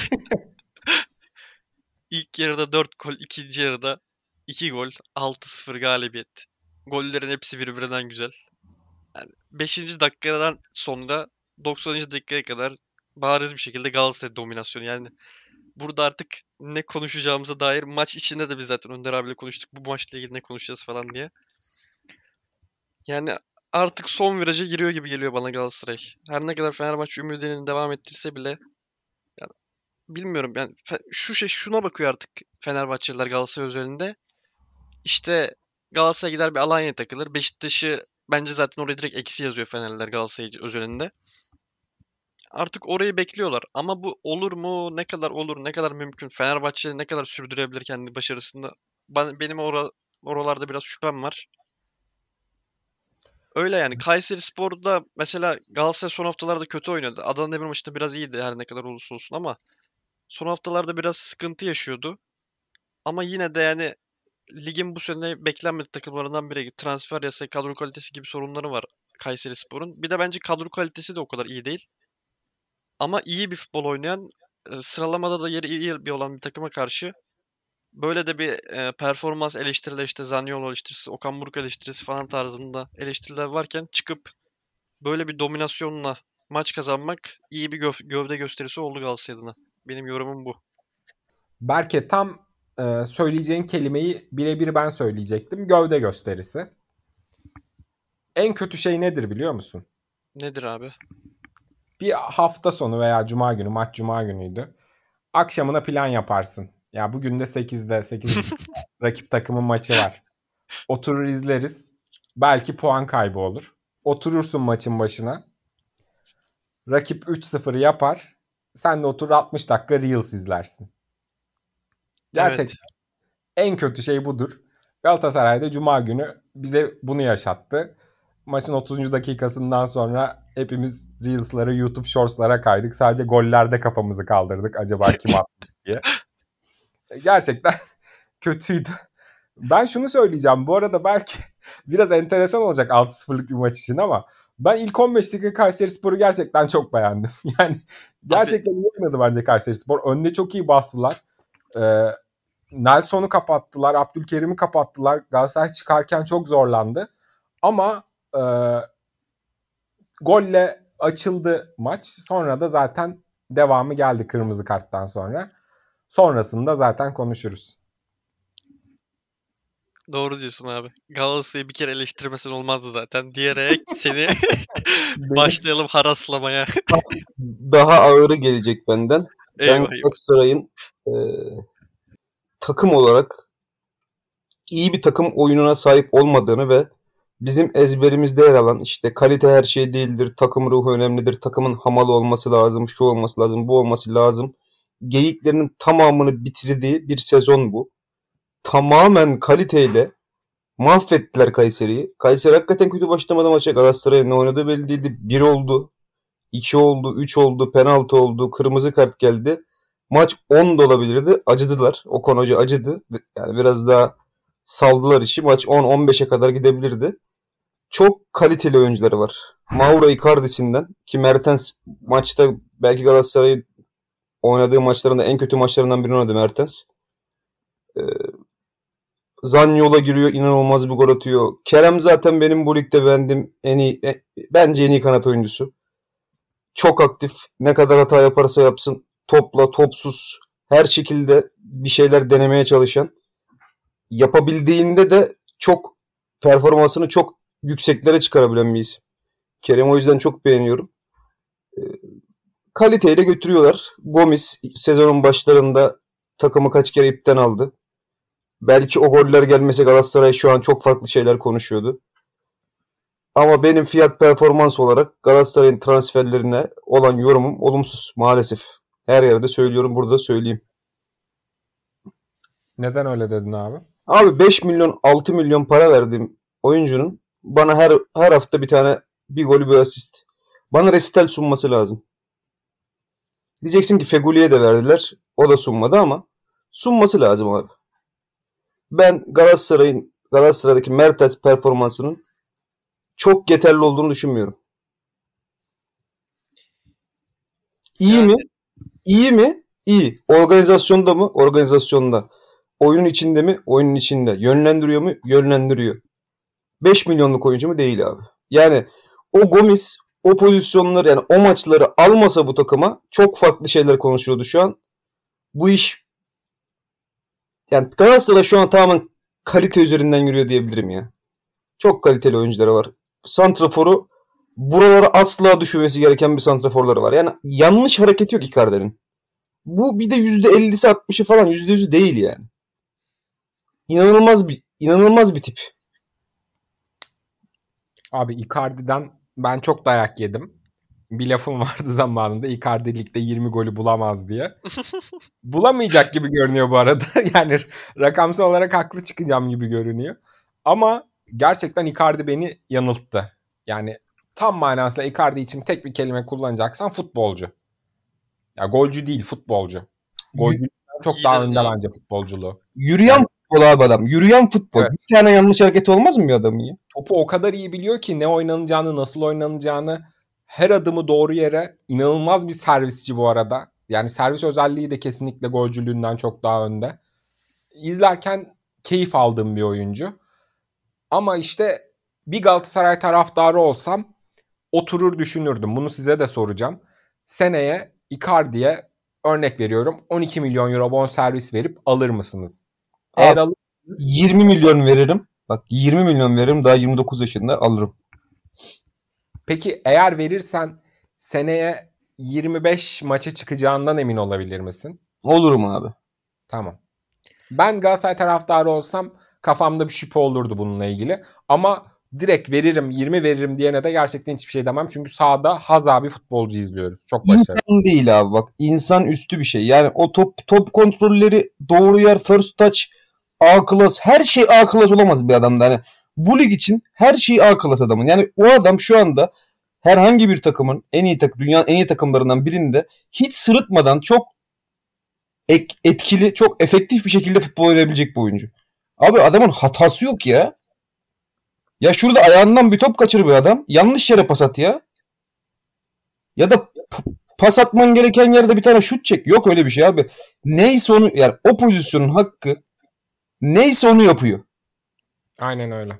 İlk yarıda 4 gol, ikinci yarıda 2 gol, 6-0 galibiyet. Gollerin hepsi birbirinden güzel. Yani 5. dakikadan sonra 90. dakikaya kadar bariz bir şekilde Galatasaray dominasyonu. Yani burada artık ne konuşacağımıza dair maç içinde de biz zaten Önder abiyle konuştuk. Bu maçla ilgili ne konuşacağız falan diye. Yani artık son viraja giriyor gibi geliyor bana Galatasaray. Her ne kadar Fenerbahçe ümidini devam ettirse bile yani bilmiyorum yani şuna bakıyor artık Fenerbahçeliler Galatasaray özelinde. İşte Galatasaray gider bir Alanya'ya takılır. Beşiktaş'ı bence zaten oraya direkt eksi yazıyor Fenerliler Galatasaray özelinde. artık orayı bekliyorlar. Ama bu olur mu? Ne kadar olur? Ne kadar mümkün? Fenerbahçe ne kadar sürdürebilir kendi başarısında? Benim oralarda biraz şüphem var. Öyle yani. Kayserispor'da mesela Galatasaray son haftalarda kötü oynadı. Adana Demir maçında biraz iyiydi her ne kadar olursa olsun ama son haftalarda biraz sıkıntı yaşıyordu. Ama yine de yani ligin bu sene beklenmedik takımlarından biri. Transfer yasası, kadro kalitesi gibi sorunları var Kayserispor'un. Bir de bence kadro kalitesi de o kadar iyi değil. Ama iyi bir futbol oynayan, sıralamada da yeri iyi bir olan bir takıma karşı böyle de bir performans eleştirileri, işte Zaniolo eleştirisi, Okan Buruk eleştirisi falan tarzında eleştiriler varken çıkıp böyle bir dominasyonla maç kazanmak iyi bir gövde gösterisi oldu Galatasaray adına. Benim yorumum bu. Berke, tam söyleyeceğin kelimeyi birebir ben söyleyecektim. Gövde gösterisi. En kötü şey nedir biliyor musun? Nedir abi? Bir hafta sonu veya cuma günü, maç cuma günüydü. Akşamına plan yaparsın. Ya bugün de 8'de, 8.30'da rakip takımın maçı var. Oturur izleriz. Belki puan kaybı olur. Oturursun maçın başına. Rakip 3-0 yapar. Sen de otur 60 dakika Reels izlersin. Gerçekten Evet. en kötü şey budur. Galatasaray'da cuma günü bize bunu yaşattı. Maçın 30. dakikasından sonra hepimiz Reels'lara, YouTube Shorts'lara kaydık. Sadece gollerde kafamızı kaldırdık. Acaba kim atmış diye. Gerçekten kötüydü. Ben şunu söyleyeceğim. Bu arada belki biraz enteresan olacak 6-0'lık bir maç için ama ben ilk 15 dakika Kayserispor'u gerçekten çok beğendim. Yani gerçekten iyi oynadı bence Kayserispor. Önüne çok iyi bastılar. Nelson'u kapattılar. Abdülkerim'i kapattılar. Galatasaray çıkarken çok zorlandı. Ama golle açıldı maç. Sonra da zaten devamı geldi kırmızı karttan sonra. Sonrasında zaten konuşuruz. Doğru diyorsun abi. Galatasaray'ı bir kere eleştirmesen olmazdı zaten diyerek seni başlayalım haraslamaya. Daha ağırı gelecek benden. Ben Eyvah eyvah. Galatasaray'ın takım olarak iyi bir takım oyununa sahip olmadığını ve bizim ezberimizde yer alan işte kalite her şey değildir, takım ruhu önemlidir, takımın hamalı olması lazım, şu olması lazım, bu olması lazım. Geyiklerinin tamamını bitirdiği bir sezon bu. Tamamen kaliteyle mahvettiler Kayseri'yi. Kayseri hakikaten kötü başlamadı maça. Galatasaray'ın ne oynadığı belli değildi. 1 oldu, 2 oldu, 3 oldu, penaltı oldu, kırmızı kart geldi. Maç 10 da olabilirdi. Acıdılar. Okan Hoca acıdı. Yani biraz daha saldılar işi. Maç 10-15'e kadar gidebilirdi. Çok kaliteli oyuncuları var. Mauro Icardi'sinden ki Mertens maçta belki Galatasaray'ın oynadığı maçlarında en kötü maçlarından birini oynadı Mertens. Zaniolo giriyor, inanılmaz bir gol atıyor. Kerem zaten benim bu ligde beğendiğim bence en iyi kanat oyuncusu. Çok aktif. Ne kadar hata yaparsa yapsın. Topla, topsuz. Her şekilde bir şeyler denemeye çalışan. Yapabildiğinde de çok performansını çok yükseklere çıkarabilen bir isim. Kerem o yüzden çok beğeniyorum. Kaliteyle götürüyorlar. Gomis sezonun başlarında takımı kaç kere ipten aldı. Belki o goller gelmese Galatasaray şu an çok farklı şeyler konuşuyordu. Ama benim fiyat performans olarak Galatasaray'ın transferlerine olan yorumum olumsuz maalesef. Her yerde söylüyorum, burada söyleyeyim. Neden öyle dedin abi? Abi 5 milyon 6 milyon para verdiğim oyuncunun bana her hafta bir golü bir asist. Bana resital sunması lazım. Diyeceksin ki Fegüli'ye de verdiler. O da sunmadı ama sunması lazım abi. Ben Galatasaray'daki Mertens performansının çok yeterli olduğunu düşünmüyorum. İyi mi? İyi mi? İyi. Organizasyonda mı? Organizasyonda. Oyunun içinde mi? Oyunun içinde. Yönlendiriyor mu? Yönlendiriyor. 5 milyonluk oyuncu mu? Değil abi. Yani o Gomis o pozisyonları yani o maçları almasa bu takıma çok farklı şeyler konuşuyordu şu an. Bu iş yani Galatasaray şu an tamamen kalite üzerinden yürüyor diyebilirim ya. Çok kaliteli oyuncuları var. Santrafor'u buralara asla düşmemesi gereken bir santraforları var. Yani yanlış hareket yok Icardi'nin. Bu bir de %50'si 60'ı falan %100'ü değil yani. İnanılmaz bir tip. Abi Icardi'den ben çok dayak yedim. bir lafım vardı zamanında, Icardi ligde 20 golü bulamaz diye. Bulamayacak gibi görünüyor bu arada. Yani rakamsal olarak haklı çıkacağım gibi görünüyor. Ama gerçekten Icardi beni yanılttı. Yani tam manasıyla Icardi için tek bir kelime kullanacaksan futbolcu. Ya golcü değil, futbolcu. Golcülükten çok İyi daha dedin önde abi. bence futbolculuğu. Yürüyen Yani- futbol abi adam. Yürüyen futbol. Evet. Bir tane yanlış hareket olmaz mı bir adamın ya? Topu o kadar iyi biliyor ki ne oynanacağını, nasıl oynanacağını, her adımı doğru yere, inanılmaz bir servisçi bu arada. Yani servis özelliği de kesinlikle golcülüğünden çok daha önde. İzlerken keyif aldığım bir oyuncu. Ama işte bir Galatasaray taraftarı olsam oturur düşünürdüm. Bunu size de soracağım. Seneye Icardi'ye örnek veriyorum 12 milyon euro bonservis verip alır mısınız? Eğer Abi, alırsanız 20 milyon veririm. Bak 20 milyon veririm, daha 29 yaşında alırım. peki eğer verirsen seneye 25 maça çıkacağından emin olabilir misin? Olurum abi. Tamam. Ben Galatasaray taraftarı olsam kafamda bir şüphe olurdu bununla ilgili. Ama direkt veririm, 20 veririm diyene de gerçekten hiçbir şey demem. Çünkü sahada haza bir futbolcu izliyoruz. Çok başarılı. İnsan değil abi bak. İnsan üstü bir şey. Yani o top kontrolleri, doğru yer, first touch, A class, her şey A class olamaz bir adamda. Yani bu lig için her şey A class adamın. Yani o adam şu anda herhangi bir takımın dünyanın en iyi takımlarından birinde hiç sırıtmadan çok etkili, çok efektif bir şekilde futbol oynayabilecek bir oyuncu. Abi adamın hatası yok ya. Ya şurada ayağından bir top kaçır bir adam. Yanlış yere pas at ya. Ya da pas atman gereken yerde bir tane şut çek. Yok öyle bir şey abi. Neyse onu, yani o pozisyonun hakkı neyse onu yapıyor. Aynen öyle.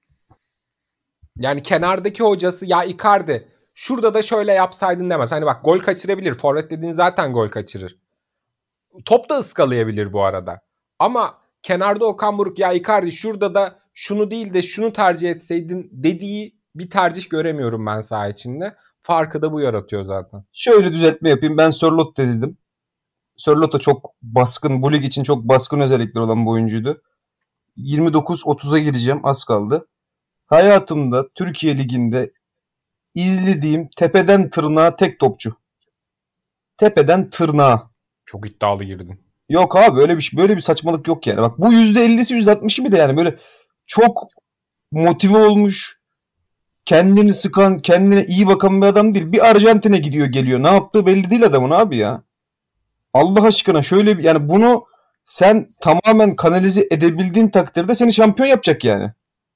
Yani kenardaki hocası ya Icardi şurada da şöyle yapsaydın demez. Hani bak gol kaçırabilir. Forvet dediğin zaten gol kaçırır. Top da ıskalayabilir bu arada. Ama kenarda Okan Buruk ya Icardi şurada da şunu değil de şunu tercih etseydin dediği bir tercih göremiyorum ben saha içinde. Farkı da bu yaratıyor zaten. Şöyle düzeltme yapayım. Ben Sörloth dedim. Sörloth da çok baskın, bu lig için çok baskın özellikleri olan bir oyuncuydu. 29-30'a gireceğim, az kaldı. Hayatımda Türkiye Ligi'nde izlediğim tepeden tırnağa tek topçu. Tepeden tırnağa. Çok iddialı girdin. Yok abi böyle bir saçmalık yok yani. Bak bu %50'si %60'ı bir de yani böyle çok motive olmuş, kendini sıkan, kendine iyi bakan bir adam değil. Bir Arjantin'e gidiyor geliyor. Ne yaptığı belli değil adamın abi ya. Allah aşkına şöyle bir, yani bunu sen tamamen kanalize edebildiğin takdirde seni şampiyon yapacak yani.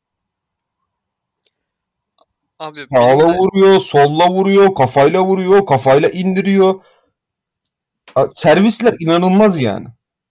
Abi Sağla benim de vuruyor, solla vuruyor, kafayla indiriyor. Servisler inanılmaz yani.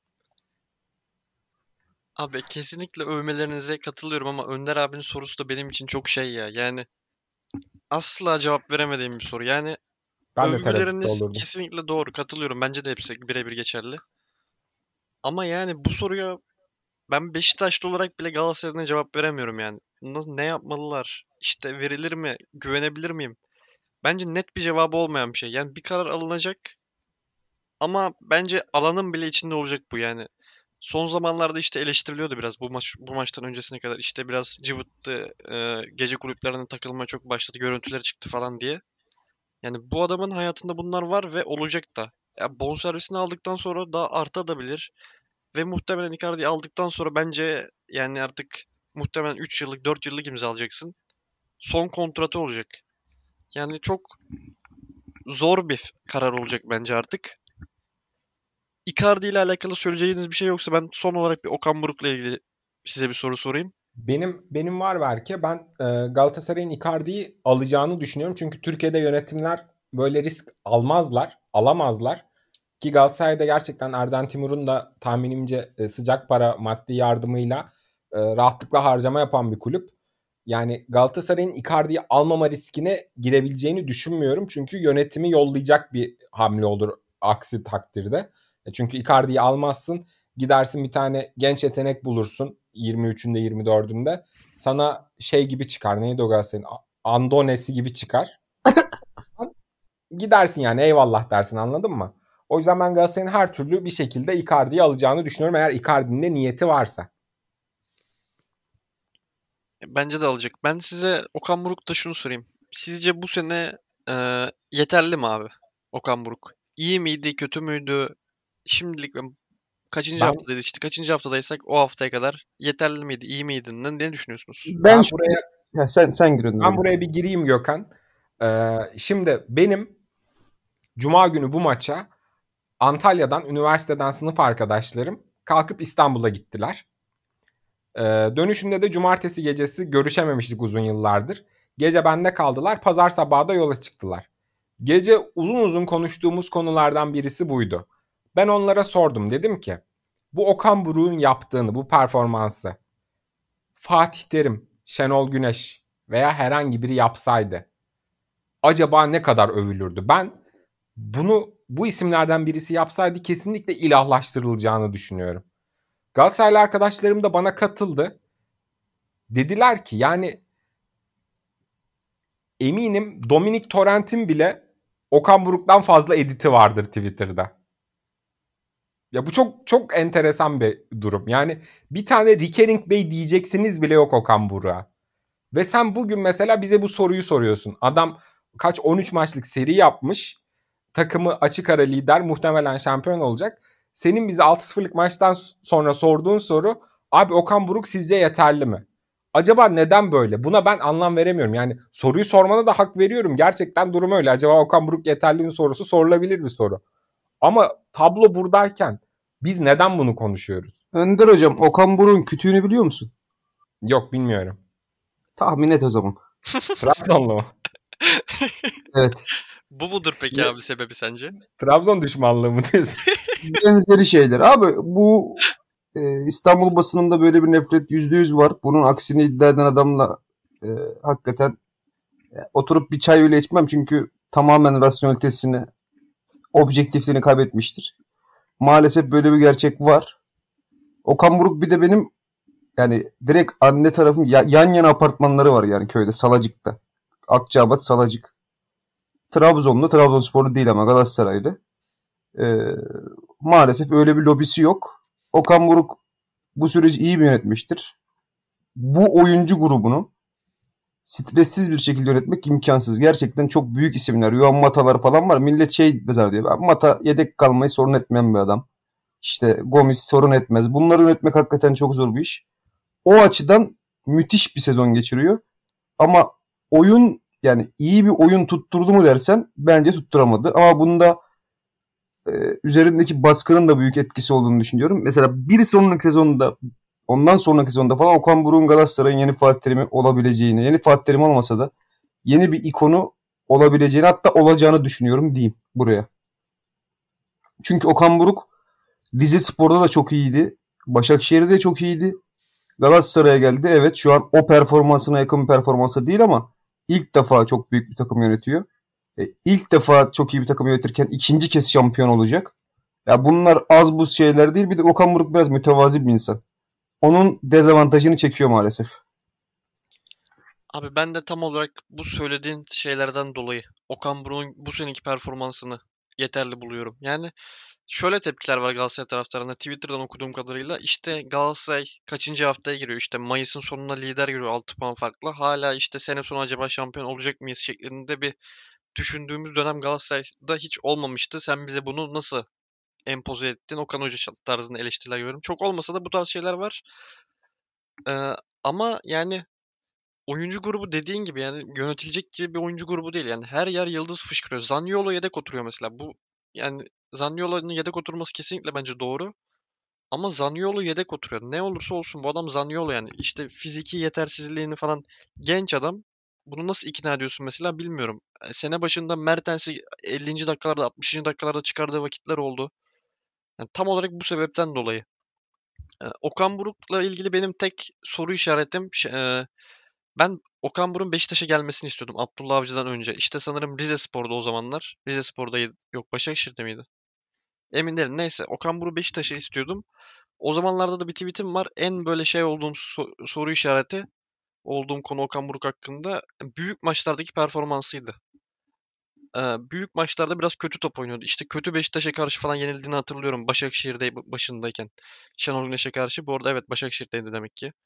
abi kesinlikle övmelerinize katılıyorum ama Önder abinin sorusu da benim için çok şey ya. Yani asla cevap veremediğim bir soru. Yani Ben de tereddütte övgüleriniz olurdum. kesinlikle doğru, katılıyorum. Bence de hepsi birebir geçerli. Ama yani bu soruya ben Beşiktaşlı olarak bile Galatasaray'dan cevap veremiyorum yani. Ne yapmalılar? İşte verilir mi? Güvenebilir miyim? Bence net bir cevabı olmayan bir şey. Yani bir karar alınacak ama bence alanın bile içinde olacak bu yani. Son zamanlarda işte eleştiriliyordu biraz bu maçtan öncesine kadar. İşte biraz cıvıttı, gece kulüplerine takılmaya çok başladı, görüntüleri çıktı falan diye. Yani bu adamın hayatında bunlar var ve olacak da. Ya bonservisini aldıktan sonra daha artabilir. Ve muhtemelen Icardi'yi aldıktan sonra bence yani artık muhtemelen 3 yıllık 4 yıllık imzalayacaksın. Son kontratı olacak. Yani çok zor bir karar olacak bence artık. Icardi ile alakalı söyleyeceğiniz bir şey yoksa ben son olarak bir Okan Buruk'la ilgili size bir soru sorayım. Benim var belki. Ben Galatasaray'ın Icardi'yi alacağını düşünüyorum. Çünkü Türkiye'de yönetimler böyle risk alamazlar. Ki Galatasaray'da gerçekten Erden Timur'un da tahminimce sıcak para maddi yardımıyla rahatlıkla harcama yapan bir kulüp. Yani Galatasaray'ın Icardi'yi almama riskine girebileceğini düşünmüyorum. Çünkü yönetimi yollayacak bir hamle olur aksi takdirde. Çünkü Icardi'yi almazsın, gidersin bir tane genç yetenek bulursun 23'ünde 24'ünde. Sana şey gibi çıkar, neydi o Galatasaray'ın? Andonesi gibi çıkar. Gidersin yani, eyvallah dersin, anladın mı? O yüzden ben Galatasaray'ın her türlü bir şekilde Icardi'yi alacağını düşünüyorum eğer Icardi'nin de niyeti varsa. Bence de alacak. Ben size Okan Buruk'ta şunu sorayım. Sizce bu sene Yeterli mi abi Okan Buruk? İyi miydi, kötü müydü? Şimdilik kaçıncı Ben haftadayız işte? Kaçıncı haftadaysak o haftaya kadar yeterli miydi, iyi miydi? Ne düşünüyorsunuz? Ben ben şu buraya ya sen gir önden ben hocam. buraya bir gireyim Gökhan. Şimdi benim Cuma günü bu maça Antalya'dan, üniversiteden sınıf arkadaşlarım kalkıp İstanbul'a gittiler. Dönüşünde de cumartesi gecesi görüşememiştik uzun yıllardır. Gece bende kaldılar. Pazar sabahı da yola çıktılar. Gece uzun uzun konuştuğumuz konulardan birisi buydu. Ben onlara sordum. Dedim ki bu Okan Buruk'un yaptığını, bu performansı Fatih Terim, Şenol Güneş veya herhangi biri yapsaydı acaba ne kadar övülürdü? Ben bu isimlerden birisi yapsaydı kesinlikle ilahlaştırılacağını düşünüyorum. Galatasaraylı arkadaşlarım da bana katıldı. Dediler ki yani eminim Dominic Torrent'in bile Okan Buruk'tan fazla editi vardır Twitter'da. Ya bu çok çok enteresan bir durum. Yani bir tane Recurring Bey diyeceksiniz bile yok Okan Buruk'a. Ve sen bugün mesela bize bu soruyu soruyorsun. Adam 13 maçlık seri yapmış. Takımı açık ara lider, muhtemelen şampiyon olacak. Senin bize 6-0'lık maçtan sonra sorduğun soru, abi Okan Buruk sizce yeterli mi? Acaba neden böyle? Buna ben anlam veremiyorum. Yani soruyu sormana da hak veriyorum. Gerçekten durum öyle. Acaba Okan Buruk yeterli mi sorusu sorulabilir bir soru. Ama tablo buradayken biz neden bunu konuşuyoruz? Önder hocam, Okan Buruk'un kütüğünü biliyor musun? Yok, bilmiyorum. Tahmin et o zaman. Trabzonlu mu? Evet. Bu mudur peki abi sebebi sence? Trabzon düşmanlığı mı diyorsun? Benzeri şeyler. Abi bu İstanbul basınında böyle bir nefret %100 var. Bunun aksini iddia eden adamla hakikaten oturup bir çay bile içmem. Çünkü tamamen rasyonelitesini, objektifliğini kaybetmiştir. Maalesef böyle bir gerçek var. Okan Buruk bir de benim yani direkt anne tarafım yan yana apartmanları var yani köyde, Salacık'ta. Akçaabat, Salacık. Trabzonlu, Trabzonsporlu değil ama Galatasaraylı. Maalesef öyle bir lobisi yok. Okan Buruk bu süreci iyi mi yönetmiştir? Bu oyuncu grubunu stressiz bir şekilde yönetmek imkansız. Gerçekten çok büyük isimler. Yuan Mata'lar falan var. Millet şey de diyor. Mata yedek kalmayı sorun etmeyen bir adam. İşte Gomis sorun etmez. Bunları yönetmek hakikaten çok zor bir iş. O açıdan müthiş bir sezon geçiriyor. Ama oyun, yani iyi bir oyun tutturdu mu dersen bence tutturamadı. Ama bunda üzerindeki baskının da büyük etkisi olduğunu düşünüyorum. Mesela bir sonraki sezonda, ondan sonraki sezonda falan Okan Buruk'un Galatasaray'ın yeni Fatih Terim'i olabileceğini, yeni Fatih Terim olmasa da yeni bir ikonu olabileceğini, hatta olacağını düşünüyorum diyeyim buraya. Çünkü Okan Buruk Rizespor'da da çok iyiydi. Başakşehir'de de çok iyiydi. Galatasaray'a geldi. Evet, şu an o performansına yakın bir performansa değil ama ilk defa çok büyük bir takım yönetiyor. İlk defa çok iyi bir takım yönetirken ikinci kez şampiyon olacak. Ya bunlar az buz şeyler değil. Bir de Okan Buruk biraz mütevazi bir insan. Onun dezavantajını çekiyor maalesef. Abi ben de tam olarak bu söylediğin şeylerden dolayı Okan Buruk'un bu seneki performansını yeterli buluyorum. Yani şöyle tepkiler var Galatasaray taraftarında. Twitter'dan okuduğum kadarıyla işte Galatasaray kaçıncı haftaya giriyor? İşte Mayıs'ın sonunda lider giriyor 6 puan farklı. Hala işte sene sonu acaba şampiyon olacak mıyız şeklinde bir düşündüğümüz dönem Galatasaray'da hiç olmamıştı. Sen bize bunu nasıl empoze ettin? Okan Hoca tarzında eleştiriler görüyorum. Çok olmasa da bu tarz şeyler var. Ama yani oyuncu grubu dediğin gibi yani yönetilecek gibi bir oyuncu grubu değil. Yani her yer yıldız fışkırıyor. Zaniolo yedek oturuyor mesela. Bu yani Zaniolo'nun yedek oturması kesinlikle bence doğru. Ama Zaniolo yedek oturuyor. Ne olursa olsun bu adam Zaniolo yani. İşte fiziki yetersizliğini falan, genç adam. Bunu nasıl ikna ediyorsun mesela bilmiyorum. Sene başında Mertens'i 50. dakikalarda 60. dakikalarda çıkardığı vakitler oldu. Yani tam olarak bu sebepten dolayı. Okan Buruk'la ilgili benim tek soru işaretim ben Okan Buruk'un Beşiktaş'a gelmesini istiyordum Abdullah Avcı'dan önce. İşte sanırım Rizespor'da o zamanlar. Rizespor'daydı. Yok, Başakşehir'de miydi? Emin değilim. Neyse, Okan Buruk Beşiktaş'a istiyordum. O zamanlarda da bir tweetim var. En böyle şey olduğum soru işareti olduğum konu Okan Buruk hakkında büyük maçlardaki performansıydı. Büyük maçlarda biraz kötü top oynuyordu. İşte kötü Beşiktaş'a karşı falan yenildiğini hatırlıyorum. Başakşehir'de başındayken. Şenol Güneş'e karşı. Bu arada evet, Başakşehir'deydi demek ki.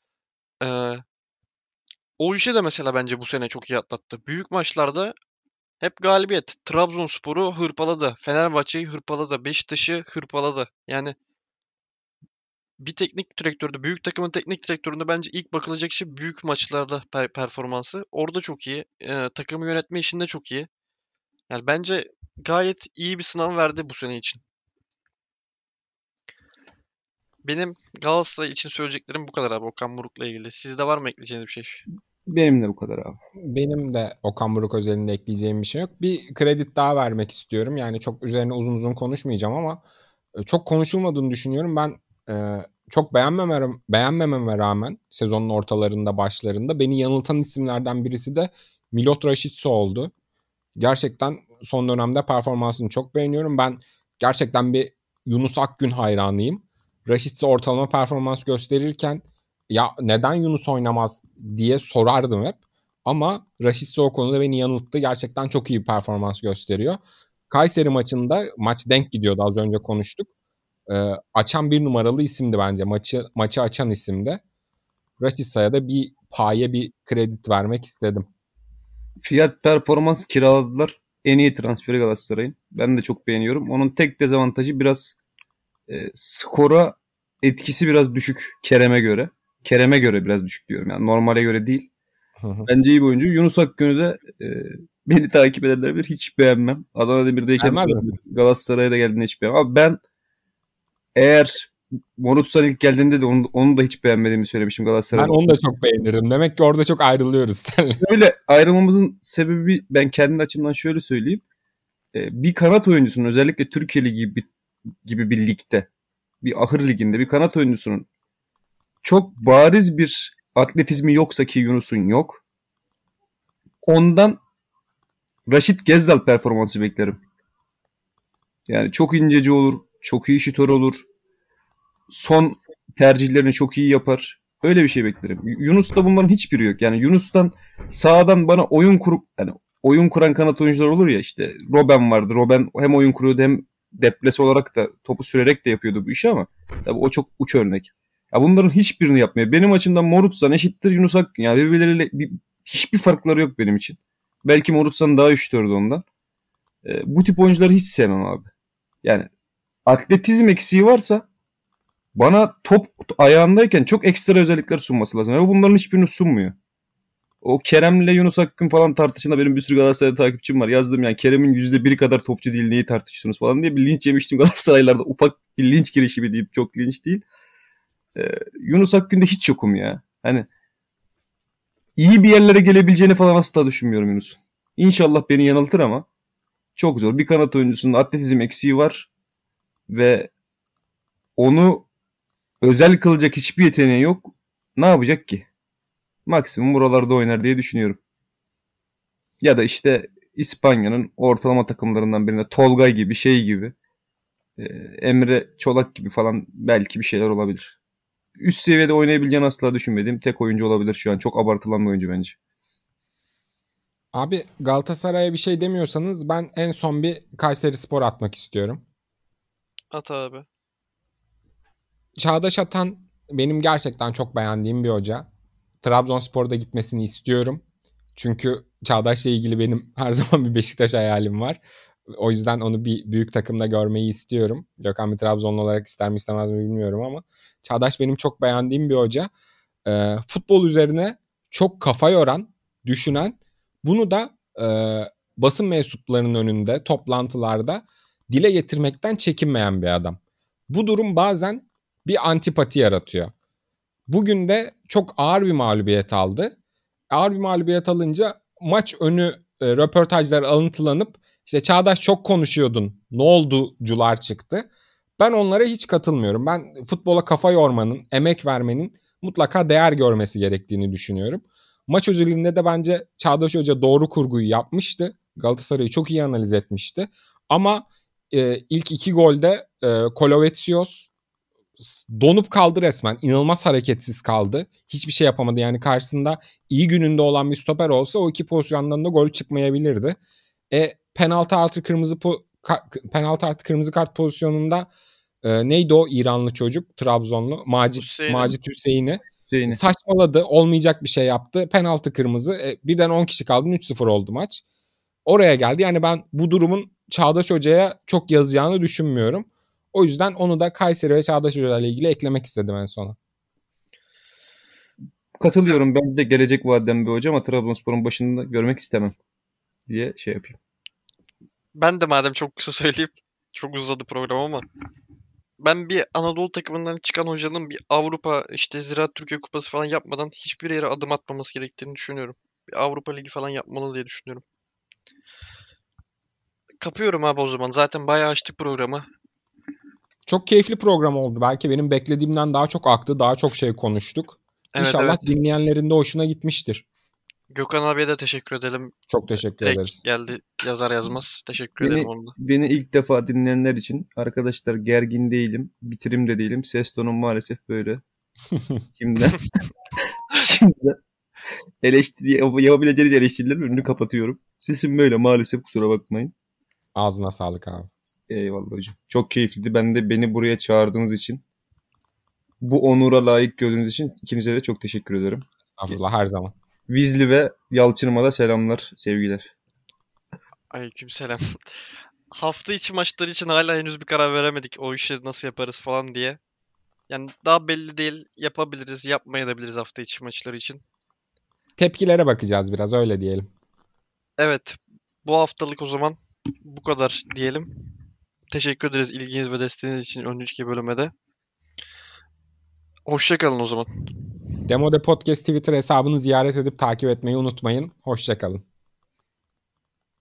Ee, O işi de mesela bence bu sene çok iyi atlattı. Büyük maçlarda Hep galibiyet. Trabzonspor'u hırpaladı. Fenerbahçe'yi hırpaladı. Beşiktaş'ı hırpaladı. Yani bir teknik direktörde, büyük takımın teknik direktöründe bence ilk bakılacak şey büyük maçlarda performansı. Orada çok iyi. Takımı yönetme işinde çok iyi. Yani bence gayet iyi bir sınav verdi bu sene için. Benim Galatasaray için söyleyeceklerim bu kadar abi Okan Buruk'la ilgili. Sizde var mı ekleyeceğiniz bir şey? Benim de bu kadar abi. Benim de Okan Buruk özelinde ekleyeceğim bir şey yok. Bir kredi daha vermek istiyorum. Yani çok üzerine uzun uzun konuşmayacağım ama çok konuşulmadığını düşünüyorum. Ben çok beğenmememe rağmen sezonun ortalarında başlarında beni yanıltan isimlerden birisi de Milot Rashica oldu. Gerçekten son dönemde performansını çok beğeniyorum. Ben gerçekten bir Yunus Akgün hayranıyım. Rashica ortalama performans gösterirken ya neden Yunus oynamaz diye sorardım hep. Ama Rashica o konuda beni yanılttı. Gerçekten çok iyi bir performans gösteriyor. Kayseri maçında maç denk gidiyordu, az önce konuştuk. Açan bir numaralı isimdi bence. Maçı açan isimdi. Rashica'ya da bir paye bir kredi vermek istedim. Fiyat performans kiraladılar. En iyi transferi Galatasaray'ın. Ben de çok beğeniyorum. Onun tek dezavantajı biraz skora etkisi biraz düşük Kerem'e göre. Kerem'e göre biraz düşük diyorum. Yani normale göre değil. Bence iyi bir oyuncu. Yunus Akgün'ü de beni takip edenler bilir. Hiç beğenmem. Adana Demir'deyken Galatasaray'a da geldiğinde hiç beğenmem. Abi ben eğer Morutsan ilk geldiğinde de onu da hiç beğenmediğimi söylemiştim Galatasaray'da. Ben onu da çok beğenirdim. Demek ki orada çok ayrılıyoruz. Öyle ayrılmamızın sebebi ben kendi açımdan şöyle söyleyeyim. Bir kanat oyuncusunun özellikle Türkiye Ligi gibi bir ligde, bir ahır liginde bir kanat oyuncusunun çok bariz bir atletizmi yoksa ki Yunus'un yok. Ondan Raşit Gezzal performansı beklerim. Yani çok inceci olur, çok iyi şutör olur. Son tercihlerini çok iyi yapar. Öyle bir şey beklerim. Yunus'ta bunların hiçbiri yok. Yani Yunus'tan sağdan bana oyun kuran kanat oyuncular olur ya, işte Robben vardı. Robben hem oyun kuruyordu hem deplase olarak da topu sürerek de yapıyordu bu işi ama tabii o çok uç örnek. Ya bunların hiçbirini yapmıyor. Benim açımdan Morutsan eşittir Yunus Akgün. Yani birbirleriyle hiçbir farkları yok benim için. Belki Morutsan daha şutördü ondan. Bu tip oyuncuları hiç sevmem abi. Yani atletizm eksiği varsa bana top ayağındayken çok ekstra özellikler sunması lazım. Ve bunların hiçbirini sunmuyor. O Kerem'le Yunus Akgün falan tartışında benim bir sürü Galatasaray'da takipçim var. Yazdım yani Kerem'in %1 kadar topçu değil, neyi tartışıyorsunuz falan diye bir linç yemiştim Galatasaraylarda. Ufak bir linç girişimi deyip çok linç değil. Yunus Akgün'de hiç yokum ya. Hani iyi bir yerlere gelebileceğini falan asla düşünmüyorum Yunus'un. İnşallah beni yanıltır ama çok zor. Bir kanat oyuncusunun atletizm eksiği var ve onu özel kılacak hiçbir yeteneği yok. Ne yapacak ki? Maksimum buralarda oynar diye düşünüyorum. Ya da işte İspanya'nın ortalama takımlarından birinde Tolgay gibi, şey gibi, Emre Çolak gibi falan belki bir şeyler olabilir. Üst seviyede oynayabileceğini asla düşünmediğim tek oyuncu olabilir şu an. Çok abartılan bir oyuncu bence. Abi Galatasaray'a bir şey demiyorsanız ben en son bir Kayserispor atmak istiyorum. At abi. Çağdaş Atan benim gerçekten çok beğendiğim bir hoca. Trabzonspor'da gitmesini istiyorum. Çünkü Çağdaş'la ilgili benim her zaman bir Beşiktaş hayalim var. O yüzden onu bir büyük takımda görmeyi istiyorum. Gökhan bir Trabzonlu olarak ister mi istemez mi bilmiyorum ama Çağdaş benim çok beğendiğim bir hoca. Futbol üzerine çok kafa yoran, düşünen, bunu da basın mensuplarının önünde, toplantılarda dile getirmekten çekinmeyen bir adam. Bu durum bazen bir antipati yaratıyor. Bugün de çok ağır bir mağlubiyet aldı. Ağır bir mağlubiyet alınca maç önü röportajlar alıntılanıp işte Çağdaş çok konuşuyordun, ne olducular çıktı. Ben onlara hiç katılmıyorum. Ben futbola kafa yormanın, emek vermenin mutlaka değer görmesi gerektiğini düşünüyorum. Maç özelinde de bence Çağdaş Hoca doğru kurguyu yapmıştı. Galatasaray'ı çok iyi analiz etmişti. Ama ilk iki golde Kolovetsios donup kaldı resmen. İnanılmaz hareketsiz kaldı. Hiçbir şey yapamadı. Yani karşısında iyi gününde olan bir stoper olsa o iki pozisyondan da gol çıkmayabilirdi. Penaltı artı kırmızı kart pozisyonunda neydi o İranlı çocuk? Trabzonlu. Macit Hüseyin'i saçmaladı. Olmayacak bir şey yaptı. Penaltı kırmızı. Birden 10 kişi kaldı. 3-0 oldu maç. oraya geldi. Yani ben bu durumun Çağdaş Hoca'ya çok yazacağını düşünmüyorum. O yüzden onu da Kayseri ve Çağdaş Hoca ile ilgili eklemek istedim en sona. Katılıyorum. Bence de gelecek vadeden bir hoca ama Trabzonspor'un başında görmek istemem diye şey yapayım. Ben de madem çok kısa söyleyeyim. Çok uzadı program ama. Ben bir Anadolu takımından çıkan hocanın bir Avrupa işte Ziraat Türkiye Kupası falan yapmadan hiçbir yere adım atmaması gerektiğini düşünüyorum. Bir Avrupa Ligi falan yapmalı diye düşünüyorum. Kapıyorum abi o zaman. Zaten bayağı açtık programı. Çok keyifli program oldu. Belki benim beklediğimden daha çok aktı. Daha çok şey konuştuk. Evet, İnşallah evet. dinleyenlerin de hoşuna gitmiştir. Gökhan abiye de teşekkür edelim. Çok teşekkür Direkt ederiz. geldi yazar yazmaz. Teşekkür ederim onu da. Beni ilk defa dinleyenler için arkadaşlar gergin değilim, bitirim de değilim. Ses tonum maalesef böyle. Şimdi yapabileceğiniz eleştirilerin önünü kapatıyorum. Sesim böyle maalesef, kusura bakmayın. Ağzına sağlık abi. Eyvallah hocam. Çok keyifliydi. Ben de beni buraya çağırdığınız için, bu onura layık gördüğünüz için ikinize de çok teşekkür ederim. Estağfurullah, her zaman. Vizli ve Yalçın'ıma da selamlar, sevgiler. Aleykümselam. Hafta içi maçları için hala henüz bir karar veremedik. O işi nasıl yaparız falan diye. Yani daha belli değil. Yapabiliriz, yapmayabiliriz hafta içi maçları için. Tepkilere bakacağız biraz, öyle diyelim. Evet. Bu haftalık o zaman bu kadar diyelim. Teşekkür ederiz ilginiz ve desteğiniz için önceki bölüme de. Hoşça kalın o zaman. Demode Podcast Twitter hesabını ziyaret edip takip etmeyi unutmayın. Hoşça kalın.